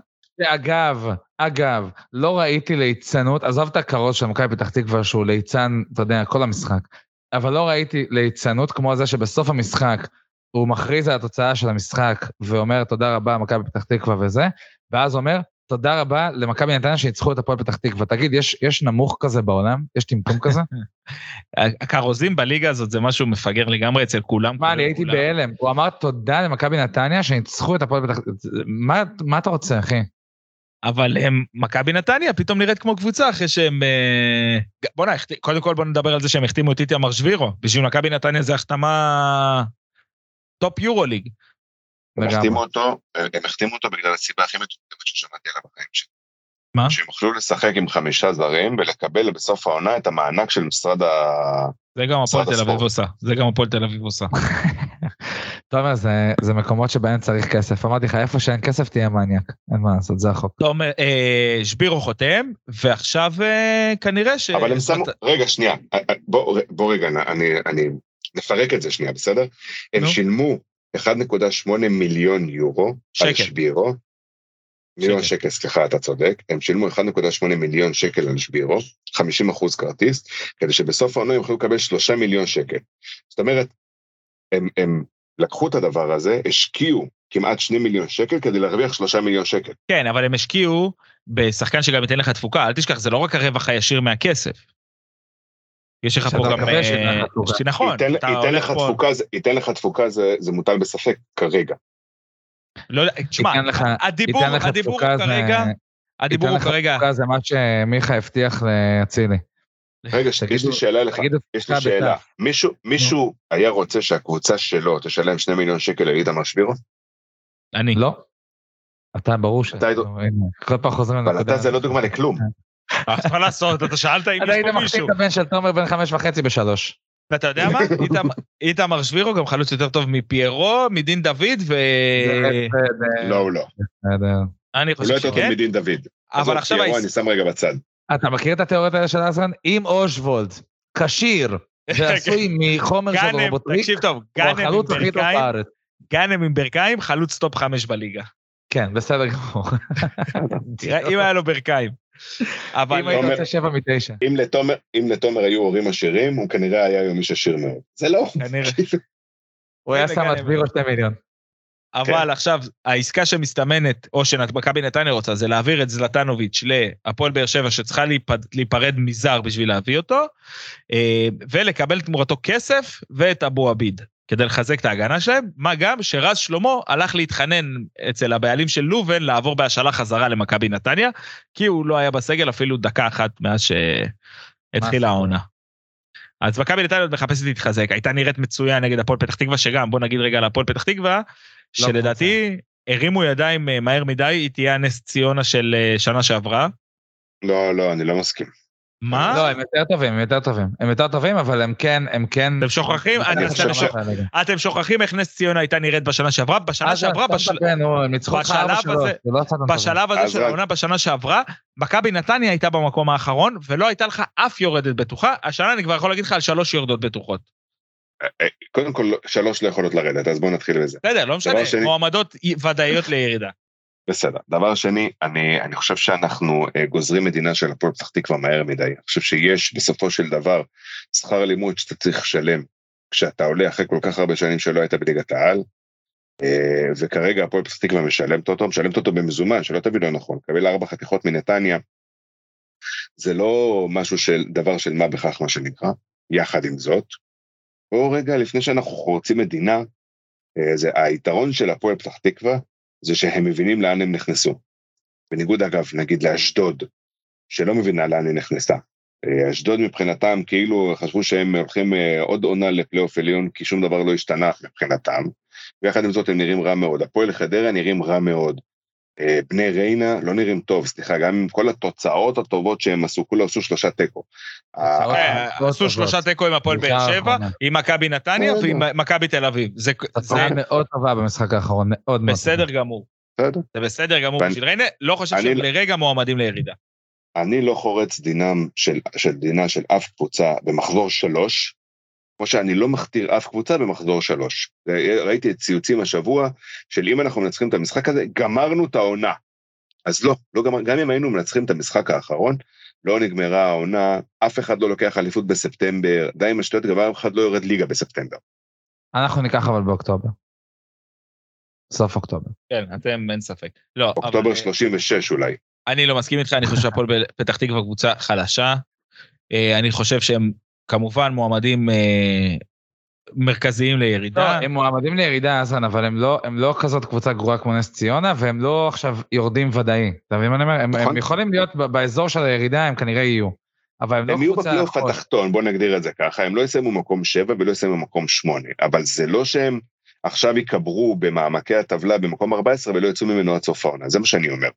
אגב, לא ראיתי ליצנות, עזוב את הקרוז של מכבי פתח תקווה שהוא ליצן, אתה יודע, כל המשחק, אבל לא ראיתי ליצנות כמו זה שבסוף המשחק, הוא מכריז על התוצאה של המשחק, ואומר תודה רבה מכבי פתח תקווה וזה, ואז אומר תודה רבה למכבי נתניה שניצחו את הפועל פתח תקווה. תגיד, יש נמוך כזה בעולם? יש טמטום כזה?
הקרוזים בליגה הזאת זה משהו מפגר לגמרי אצל כולם.
מה, אני הייתי בהלם. הוא אמר תודה למכבי נתניה שניצחו את הפועל פתח תקווה. מה אתה רוצה, אחי?
אבל הם, מכבי נתניה, פתאום נראית כמו קבוצה אחרי שהם... קודם כל בוא נדבר על זה שהם החתימו את איתמר שבירו. בשביל מכבי נתניה זה החתמה... טופ יורוליג.
הם החתימו אותו בגלל הסיבה הכי מטומטמת ששמעתי עליו בחיים שלי.
מה?
שהם יכלו לשחק עם 5 זרים, ולקבל בסוף העונה את המענק של משרד
זה גם הפועל תל אביב עושה. תומר, זה מקומות שבהם צריך כסף. אמרתי לך, איפה שאין כסף תהיה מעניק. אין מה לעשות, זה החוק.
תומר, שבירו חותם, ועכשיו כנראה ש...
אבל הם שמו... רגע, שנייה. בוא רגע, אני... נפרק את זה שנייה, בסדר? הם שילמו 1.8 מיליון יורו על שבירו, מיליון שקל, סליחה, אתה צודק, הם שילמו 1.8 מיליון שקל על שבירו, 50% כרטיס, כדי שבסוף העונה הם יכולו לקבל 3 מיליון שקל. זאת אומרת, הם לקחו את הדבר הזה, השקיעו כמעט 2 מיליון שקל, כדי להרוויח 3 מיליון שקל.
כן, אבל הם השקיעו בשחקן שגם ייתן לך תפוקה, אל תשכח, זה לא רק הרווח הישיר מהכסף. יש לך פה גם... נכון.
ייתן לך תפוקה, זה מוטל בספק כרגע.
לא, תשמע, הדיבור כרגע...
זה מה שמיכה הבטיח להצילי.
רגע, יש לי שאלה אליך, יש לי שאלה. מישהו היה רוצה שהקבוצה שלו תשלם 2 מיליון שקל לאיתמר שבירו?
אני.
לא. אתה ברור ש... כל פעם חוזרים
אבל אתה זה לא דוגמה לכלום.
מה לעשות, אתה שאלת אם יש פה מישהו.
את הבן של תומר בן 5.5 ב3.
ואתה יודע מה? איתמר שבירו גם חלוץ יותר טוב מפיירו, מדין דוד
לא, הוא לא.
אני
הוא לא
חושב
יותר טוב
שכן.
מדין דוד.
אבל עכשיו...
פיירו אני שם רגע בצד.
אתה מכיר את התיאוריות האלה של עזרן? אם אושוולד, כשיר, ועשוי מחומר של רובוטריק,
תקשיב טוב, גאנם עם ברכיים, חלוץ טופ 5 בליגה.
כן, בסדר גמור.
אם היה לו ברכיים.
אם היית רוצה 7 מ-9.
אם לתומר היו הורים עשירים, הוא כנראה היה היום איש עשיר מאוד. זה לא.
הוא היה שם מטבירו 2 מיליון.
אבל עכשיו, העסקה שמסתמנת, או שמכבי נתניה רוצה, זה להעביר את זלטנוביץ' להפועל באר שבע, שצריכה להיפרד מזר בשביל להביא אותו, ולקבל תמורתו כסף ואת אבו עביד, כדי לחזק את ההגנה שלהם, מה גם שרז שלמה הלך להתחנן אצל הבעלים של לובן, לעבור בהשאלה חזרה למכבי נתניה, כי הוא לא היה בסגל אפילו דקה אחת מאז שהתחילה העונה. אז מכבי נתניה מחפשת להתחזק, הייתה נראית מצוין נגד הפועל פתח תקווה, שגם בוא נגיד רגע על הפועל פתח תקווה, שלדעתי הרימו ידיים מהר מדי, היא תהיה הנס ציונה של שנה שעברה.
לא, אני לא מסכים.
מה?
לא, הם יותר טובים, אבל הם כן...
אתם שוכחים? אתם שוכחים איך נס ציונה הייתה נראית בשנה שעברה? בשנה שעברה, בשלב הזה של העונה בשנה שעברה, מכבי נתניה הייתה במקום האחרון, ולא הייתה לך אף יורדת בטוחה, השנה אני כבר יכול להגיד לך על 3 יורדות בטוחות.
קודם כל 3 לא יכולות לרדת, אז בואו נתחיל בזה.
בסדר, לא משנה, מועמדות ודאיות לירידה.
בסדר. דבר שני, אני חושב שאנחנו גוזרים מדינה של הפועל פתח תקווה מהר מדי. אני חושב שיש בסופו של דבר שכר לימוד שאתה צריך לשלם, כשאתה עולה אחרי כל כך הרבה שנים שלא היית בליגת העל, וכרגע הפועל פתח תקווה משלמת אותו במזומן, שלא תביא לו נכון, קבל 4 חתיכות מנתניה, זה לא משהו דבר של מה בכך מה שנקרא, יחד עם זאת, או רגע לפני שאנחנו חורצים מדינה, זה היתרון של הפועל פתח תקווה, זה שהם מבינים לאן הם נכנסו. בניגוד אגב, נגיד לאשדוד, שלא מבינה לאן היא נכנסה. אשדוד מבחינתם, כאילו חשבו שהם הולכים עוד עונה לפלייאוף עליון, כי שום דבר לא השתנה מבחינתם, ויחד עם זאת הם נראים רע מאוד. הפועל חדרה נראים רע מאוד. בני ריינה לא נראים טוב, סליחה, גם עם כל התוצאות הטובות שהם עשו, כולה עשו 3 תיקו.
עשו 3 תיקו עם הפועל באר שבע, עם מכבי נתניה ועם מכבי תל אביב. זה
מאוד טובה במשחק האחרון, מאוד מאוד.
בסדר גמור. זה בסדר גמור בשביל ריינה, לא חושב שהם לרגע מועמדים לירידה.
אני לא חורץ דינה של אף קבוצה במחזור 3, כמו שאני לא מכתיר אף קבוצה במחזור 3. ראיתי את ציוצים השבוע, של אם אנחנו מנצחים את המשחק הזה, גמרנו את העונה. אז לא גם אם היינו מנצחים את המשחק האחרון, לא נגמרה העונה, אף אחד לא לוקח אליפות בספטמבר, די עם השטויות, גם אף אחד לא יורד ליגה בספטמבר.
אנחנו ניקח אבל באוקטובר. סוף אוקטובר.
כן, אתם אין ספק. לא,
אוקטובר 36 אולי.
אני לא מסכים איתך, אני חושב שהפועל פתח תקווה קבוצה חלשה, אני חושב שהם כמובן מועמדים מרכזיים לירידה.
לא, הם מועמדים לירידה, אסן, אבל הם לא כזאת קבוצה גרועה כמו נס ציונה, והם לא עכשיו יורדים ודאי. אתה מבין מה אני אומר? הם יכולים להיות באזור של הירידה, הם כנראה יהיו. אבל הם לא
יהיו בפלייאוף התחתון, בוא נגדיר את זה ככה, הם לא יסיימו מקום 7 ולא יסיימו מקום 8, אבל זה לא שהם עכשיו יקברו במעמקי הטבלה במקום 14 ולא יצאו ממנו עד סוף העונה, זה מה שאני אומר.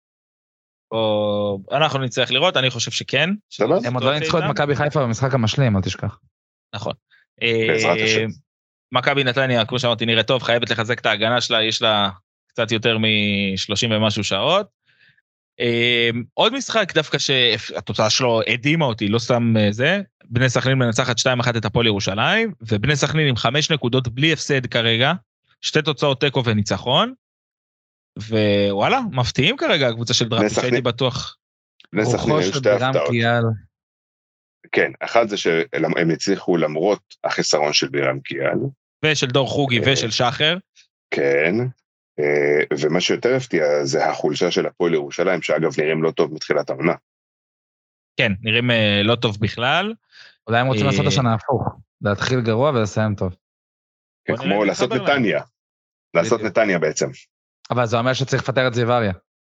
אנחנו נצטרך לראות, אני חושב שכן.
הם עוד לא ניצחו את מכבי חיפה במשחק המשלים, אל תשכח.
נכון.
בעזרת השם.
מכבי נתניה, כמו שאמרתי, נראה טוב, חייבת לחזק את ההגנה שלה, יש לה קצת יותר מ-30 ומשהו שעות. עוד משחק דווקא שהתוצאה שלו הדהימה אותי, לא סתם זה, בני סכנין מנצחת 2-1 את הפועל ירושלים, ובני סכנין עם 5 נקודות בלי הפסד כרגע, 2 תוצאות תיקו וניצחון, ווואלה, מפתיעים כרגע הקבוצה של דראפיץ', שהייתי בטוח.
בני סכנין היו 2 הפתעות. כן, אחד זה שהם הצליחו למרות החיסרון של בירם קיאל.
ושל דור חוגי ושל שחר.
כן, ומה שיותר הפתיע זה החולשה של הפועל ירושלים, שאגב נראים לא טוב מתחילת העונה. כן,
נראים לא טוב בכלל.
אולי הם רוצים לעשות השנה הפוך, להתחיל גרוע ולסיים טוב.
כמו לעשות נתניה. לעשות נתניה בעצם.
אבל זה אומר שצריך לפטר את זיווריה.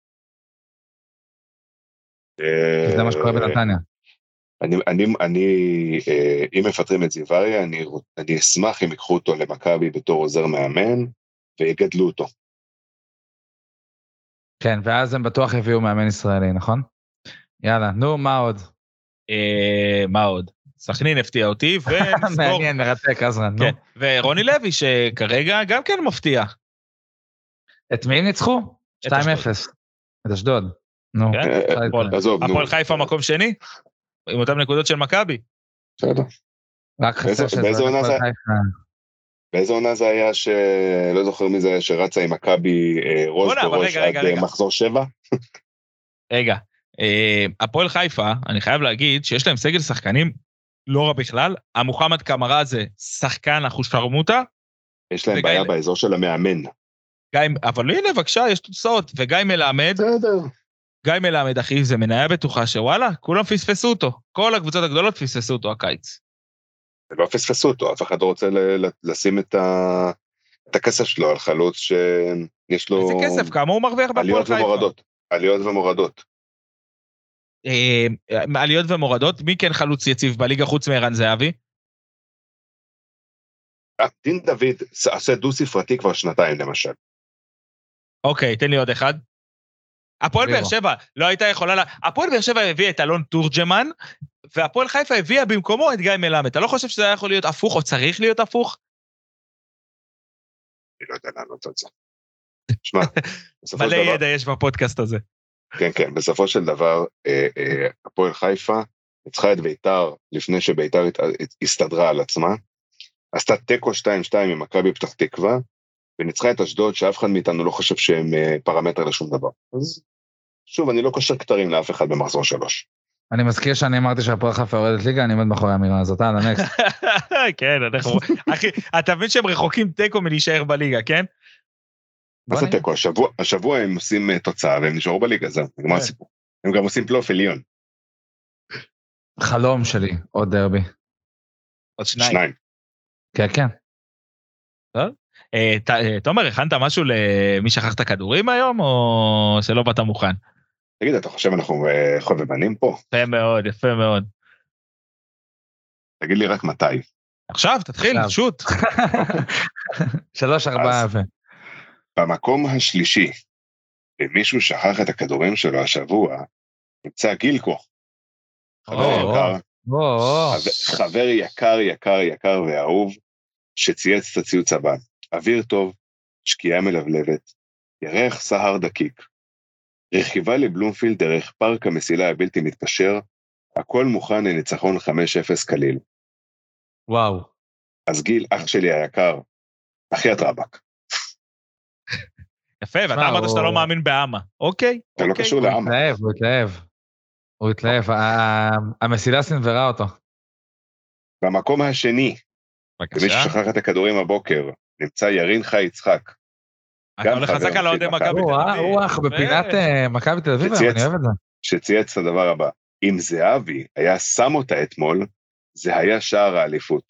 זה מה שקורה בנתניה.
אם מפטרים את זיווריה, אני אשמח אם יקחו אותו למכבי בתור עוזר מאמן, ויגדלו אותו.
כן, ואז הם בטוח הביאו מאמן ישראלי, נכון? יאללה, נו, מה עוד?
מה עוד? סכנין הפתיע אותי, ונסגור.
מעניין, מרתק, עזרן, נו.
כן, ורוני לוי, שכרגע גם כן מפתיע.
את מי הם ניצחו? 2-0. את אשדוד. נו.
הפועל חיפה מקום שני, עם אותם נקודות של מכבי.
בסדר.
רק חסר שזה הפועל חיפה.
באיזה עונה זה היה לא זוכר מי זה היה שרצה עם מכבי ראש בראש עד מחזור 7?
רגע, הפועל חיפה, אני חייב להגיד שיש להם סגל שחקנים לא רע בכלל, המוחמד קמרה זה שחקן אחושרמוטה.
יש להם בעיה באזור של המאמן.
אבל הנה בבקשה, יש תוצאות, וגיא מלמד, גיא מלמד אחי, זה מניה בטוחה שוואלה, כולם פספסו אותו, כל הקבוצות הגדולות פספסו אותו הקיץ.
לא פספסו אותו, אף אחד לא רוצה לשים את הכסף שלו על חלוץ שיש לו...
איזה כסף? כמה הוא מרוויח בהפועל חיפה?
עליות ומורדות.
עליות ומורדות, מי כן חלוץ יציב בליגה חוץ מערן זהבי?
דין דוד עושה דו ספרתי כבר 2 למשל.
אוקיי, תן לי עוד אחד. הפועל באר שבע לא הייתה יכולה... הפועל באר שבע הביא את אלון תורג'מן, והפועל חיפה הביאה במקומו את גיא מלמד. אתה לא חושב שזה היה יכול להיות הפוך, או צריך להיות הפוך?
אני לא יודע לענות על זה. שמע,
מלא ידע יש בפודקאסט הזה.
כן, כן, בסופו של דבר, הפועל חיפה ניצחה את ביתר, לפני שביתר הסתדרה על עצמה, עשתה תיקו 2-2 עם מכבי פתח תקווה, וניצחה את אשדוד, שאף אחד מאיתנו לא חושב שהם פרמטר לשום דבר. אז שוב, אני לא קושר כתרים לאף אחד במחזור 3.
אני מזכיר שאני אמרתי שהפועל חיפה יורדת ליגה, אני עומד מאחורי האמירה הזאת, נקסט.
כן, אחי, אתה מבין שהם רחוקים תיקו מלהישאר בליגה, כן?
מה זה תיקו? השבוע הם עושים תוצאה, והם נשארו בליגה, זהו, נגמר הסיפור. הם גם עושים פלייאוף עליון.
חלום שלי, עוד דרבי.
עוד 2.
כן, כן.
תומר, הכנת משהו למי שכח את הכדורים היום, או שלא באת מוכן?
תגיד, אתה חושב אנחנו חובבנים פה?
יפה מאוד, יפה מאוד.
תגיד לי רק מתי.
עכשיו, תתחיל, שוט.
3-4.
במקום השלישי, ומישהו שכח את הכדורים שלו השבוע, נמצא גילקו. חבר יקר ואהוב, שצייץ את הציוץ הבא. אוויר טוב, שקיעה מלבלבת, ירח סהר דקיק, רכיבה לבלומפילד דרך פארק המסילה הבלתי מתפשר, הכל מוכן לניצחון 5-0 קליל.
וואו.
אז גיל, אח שלי היקר, אחי הטרבק.
יפה, ואתה אמרת שאתה לא מאמין באמה, אוקיי?
אתה לא קשור לאמה.
הוא התלהב, המסילה סנברה אותו.
במקום השני, ומי ששכח את הכדורים הבוקר, נמצא ירין חי יצחק.
אתה הולך חזק על אוהדי מכבי תל אביב.
הוא אח בפינת מכבי תל אביב, אני אוהב את זה.
שצייץ את הדבר הבא, אם זהבי היה שם אותה אתמול, זה היה שער האליפות.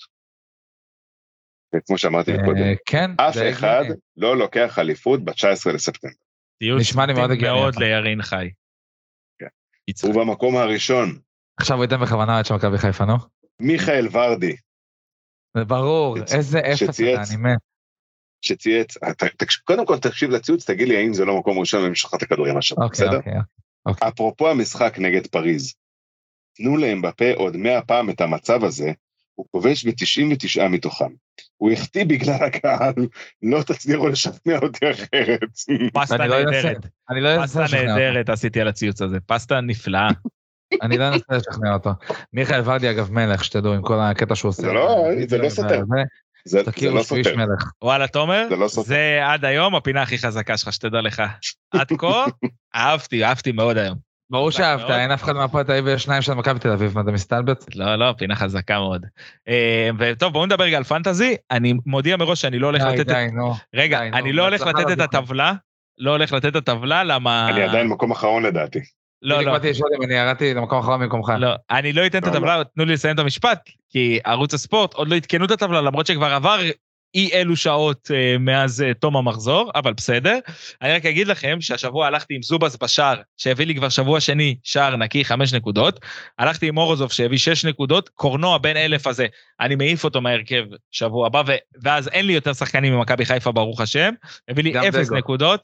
וכמו שאמרתי קודם, אף אחד לא לוקח אליפות ב-19 לספטמבר.
נשמע לי מאוד הגיוני.
מאוד לירין חי.
ובמקום הראשון.
עכשיו הוא ייתן בכוונה את של מכבי חיפה, נו?
מיכאל ורדי.
זה ברור, איזה אפס אתה, אני מת.
שצייץ, קודם כל תקשיב לציוץ, תגיד לי האם זה לא מקום ראשון ומשחק את הכדורים עכשיו, בסדר? אפרופו המשחק נגד פריז, תנו להם בפה עוד 100 פעם את המצב הזה, הוא כובש ב-99 מתוכם. הוא החטיא בגלל הקהל, לא תצליחו לשכנע אותי אחרת.
פסטה נהדרת. פסטה נהדרת עשיתי על הציוץ הזה, פסטה נפלאה.
אני לא אנסה לשכנע אותו. מיכאל ורדי אגב מלך, שתדעו, עם כל הקטע שהוא עושה.
זה לא סותר. זה לא סותר.
וואלה, תומר, זה עד היום הפינה הכי חזקה שלך, שתדע לך. עד כה, אהבתי מאוד היום.
ברור שאהבת, אין אף אחד מהפועל תל אביב ושניים של מכבי תל אביב, מה אתה מסתלבט?
לא, פינה חזקה מאוד. וטוב, בואו נדבר רגע על פנטזי, אני מודיע מראש שאני לא הולך לתת... רגע, אני לא הולך לתת את הטבלה, למה...
אני עדיין מקום אחרון לדעתי.
לא. אני ירדתי למקום אחרון במקומך.
לא, אני לא אתן את הטבלה, תנו לי לסיים את המשפט, כי ערוץ הספורט עוד לא התקנו את הטבלה, למרות שכבר עבר אי אלו שעות מאז תום המחזור, אבל בסדר. אני רק אגיד לכם שהשבוע הלכתי עם זובס בשער, שהביא לי כבר שבוע שני שער נקי 5 נקודות, הלכתי עם אורוזוב שהביא 6 נקודות, קורנוע בין 1000 הזה, אני מעיף אותו מהרכב שבוע הבא, ואז אין לי יותר שחקנים ממכבי חיפה ברוך השם, הביא לי 0 נקודות,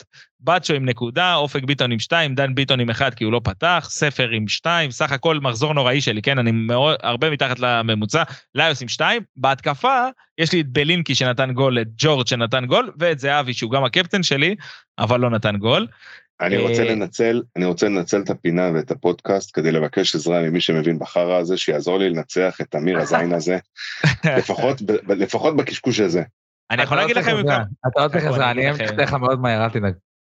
בצ'ו עם נקודה, אופק ביטון עם 2, דן ביטון עם 1 כי הוא לא פתח, ספר עם 2, סך הכל מחזור נוראי שלי, כן, אני הרבה מתחת לממוצע, ליוס עם 2, בהתקפה יש לי את בלינקי שנתן גול, את ג'ורג' שנתן גול, ואת זהבי שהוא גם הקפטן שלי, אבל לא נתן גול. אני
רוצה לנצל את הפינה ואת הפודקאסט כדי לבקש עזרה ממי שמבין בחרה הזה, שיעזור לי לנצח את אמיר הזין הזה, לפחות בקשקוש הזה.
אני יכול להגיד לכם...
אתה עוד תכף, אני אמתך לך מאוד מהר, אל תדאג.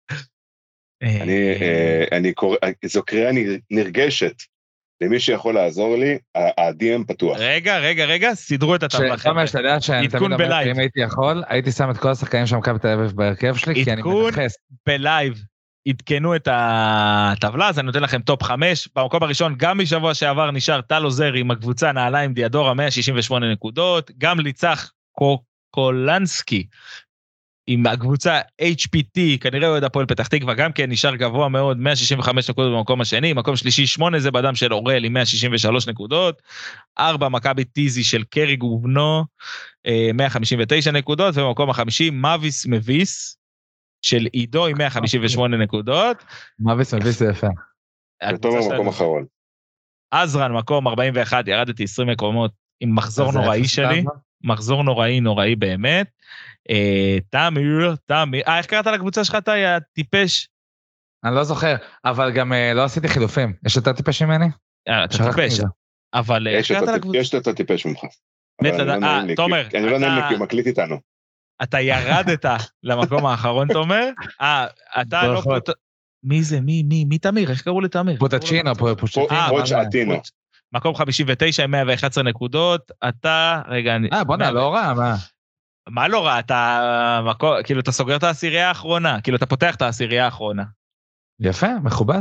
זו קריאה נרגשת, למי שיכול לעזור לי, ה-DM פתוח.
רגע, סידרו את הטבלה.
תומר, שאתה יודע שאני תמיד אומר, אם הייתי יכול, הייתי שם את כל השחקנים שם מכבי תל אביב בהרכב שלי, כי אני מנחס. עדכון
בלייב, עדכנו את הטבלה, אז אני נותן לכם טופ 5, במקום הראשון, גם משבוע שעבר נשאר טל עוזר עם הקבוצה נעליים דיאדורה, 168 נקודות, גם ליצח קולנסקי, עם הקבוצה HPT, כנראה אוהד הפועל פתח תקווה, גם כן נשאר גבוה מאוד, 165 נקודות במקום השני, מקום שלישי 8 זה בדם של אורל עם 163 נקודות, 4 מכבי טיזי של קריג ובנו, 159 נקודות, ובמקום החמישי מוויס מביס, של עידו עם 158 נקודות.
מוויס מביס זה יפה.
וטוב במקום אחרון.
עזרן מקום 41, ירדתי 20 מקומות עם מחזור נוראי שלי, מחזור נוראי באמת. תמיר, איך קראת לקבוצה שלך, אתה היה טיפש?
אני לא זוכר, אבל גם לא עשיתי חילופים. יש יותר טיפש ממני?
אתה טיפש, אבל...
יש יותר טיפש ממך.
תומר.
אני לא נעים לי כי הוא מקליט איתנו.
אתה ירדת למקום האחרון, תומר? אתה לא... מי זה? מי תמיר? איך קראו לתמיר?
פוטצ'ינו.
פוצ'אטינו.
מקום 59 עם 111 נקודות, אתה, רגע,
בוא לא רע, מה?
מה לא רע? כאילו, אתה סוגר את העשירייה האחרונה, כאילו, אתה פותח את העשירייה האחרונה.
יפה, מכובד.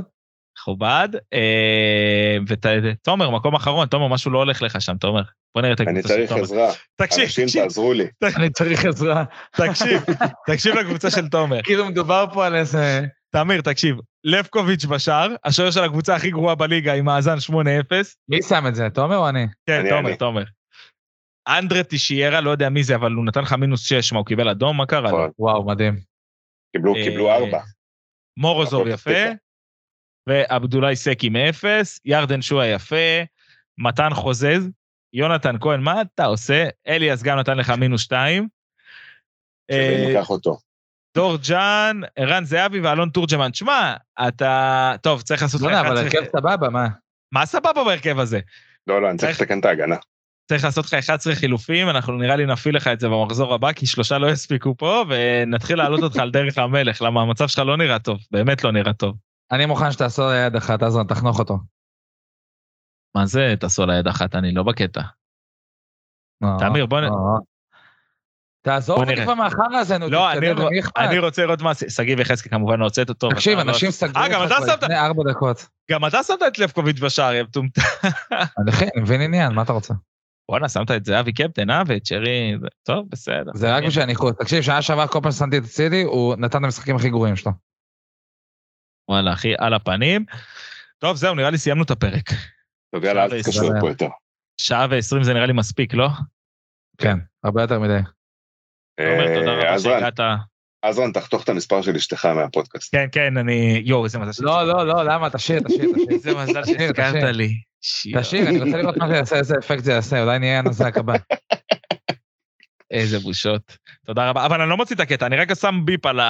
ותומר, מקום אחרון, תומר, משהו לא הולך לך שם, תומר. בוא נראה את הקבוצה של תומר.
אני צריך עזרה, אנשים תעזרו לי.
אני צריך עזרה.
תקשיב לקבוצה של תומר.
כאילו מדובר פה על איזה...
תמיר, תקשיב, לבקוביץ' בשער, השוער של הקבוצה הכי גרועה בליגה עם מאזן 8-0.
מי שם את זה, תומר או אני?
כן, תומר. אנדרה טישיירה, לא יודע מי זה, אבל הוא נתן לך -6, מה הוא קיבל אדום, מה קרה לו?
וואו, מדהים.
קיבלו 4.
מורוזוב יפה, ואבדולאי סק עם 0, ירדן שואה יפה, מתן חוזז, יונתן כהן, מה אתה עושה? אליאס גם נתן לך -2.
שניקח אותו.
דור ג'אן, ערן זהבי ואלון תורג'מן. תשמע, אתה... טוב, צריך לעשות לך...
לא, אבל הרכב סבבה, מה?
מה סבבה בהרכב הזה?
לא, אני צריך לתקן את ההגנה.
צריך לעשות לך 11 חילופים, אנחנו נראה לי נפיל לך את זה במחזור הבא, כי 3 לא יספיקו פה, ונתחיל לעלות אותך על דרך המלך, למה המצב שלך לא נראה טוב, באמת לא נראה טוב.
אני מוכן שתעשו ליד אחת, אז תחנוך אותו.
מה זה תעשו ליד אחת? אני לא בקטע. תאמיר, בוא
תעזור לי כבר מאחר הזה,
לא, אני רוצה לראות מה, סגיב יחזקי כמובן לא הוצאת אותו.
תקשיב, אנשים סגרו לך לפני 4 דקות.
גם אתה שמת את לבקוביץ' בשער, יבטומת.
אני מבין עניין, מה אתה רוצה?
בוא'נה, שמת את זהבי קפטן, ואת שרי, טוב, בסדר.
זה רק בשביל הניחוס. תקשיב, שעה שעבר כל פעם ששמתי את צידי, הוא נתן את המשחקים הכי גרועים שלו.
וואלה, אחי, על הפנים. טוב, זהו, נראה לי סיימנו את הפרק.
טוב, יאללה, אל תתקשרו פה יותר. 1:20
זה נראה לי מספיק, לא?
כן, הרבה יותר מדי.
תודה רבה שהגעת.
עזרן, תחתוך את המספר של אשתך מהפודקאסט.
כן, אני... איזה מזל
לא, למה? תשאיר.
איזה מזל שהזכרת לי.
תשאיר, אני רוצה לראות מה זה יעשה, איזה אפקט זה יעשה, אולי נהיה הנזק הבא.
איזה בושות. תודה רבה, אבל אני לא מוציא את הקטע, אני רק שם ביפ על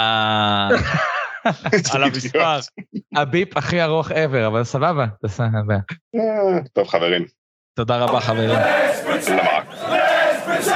המספר.
הביפ הכי ארוך ever, אבל סבבה, תעשה הרבה.
טוב, חברים.
תודה רבה, חברים.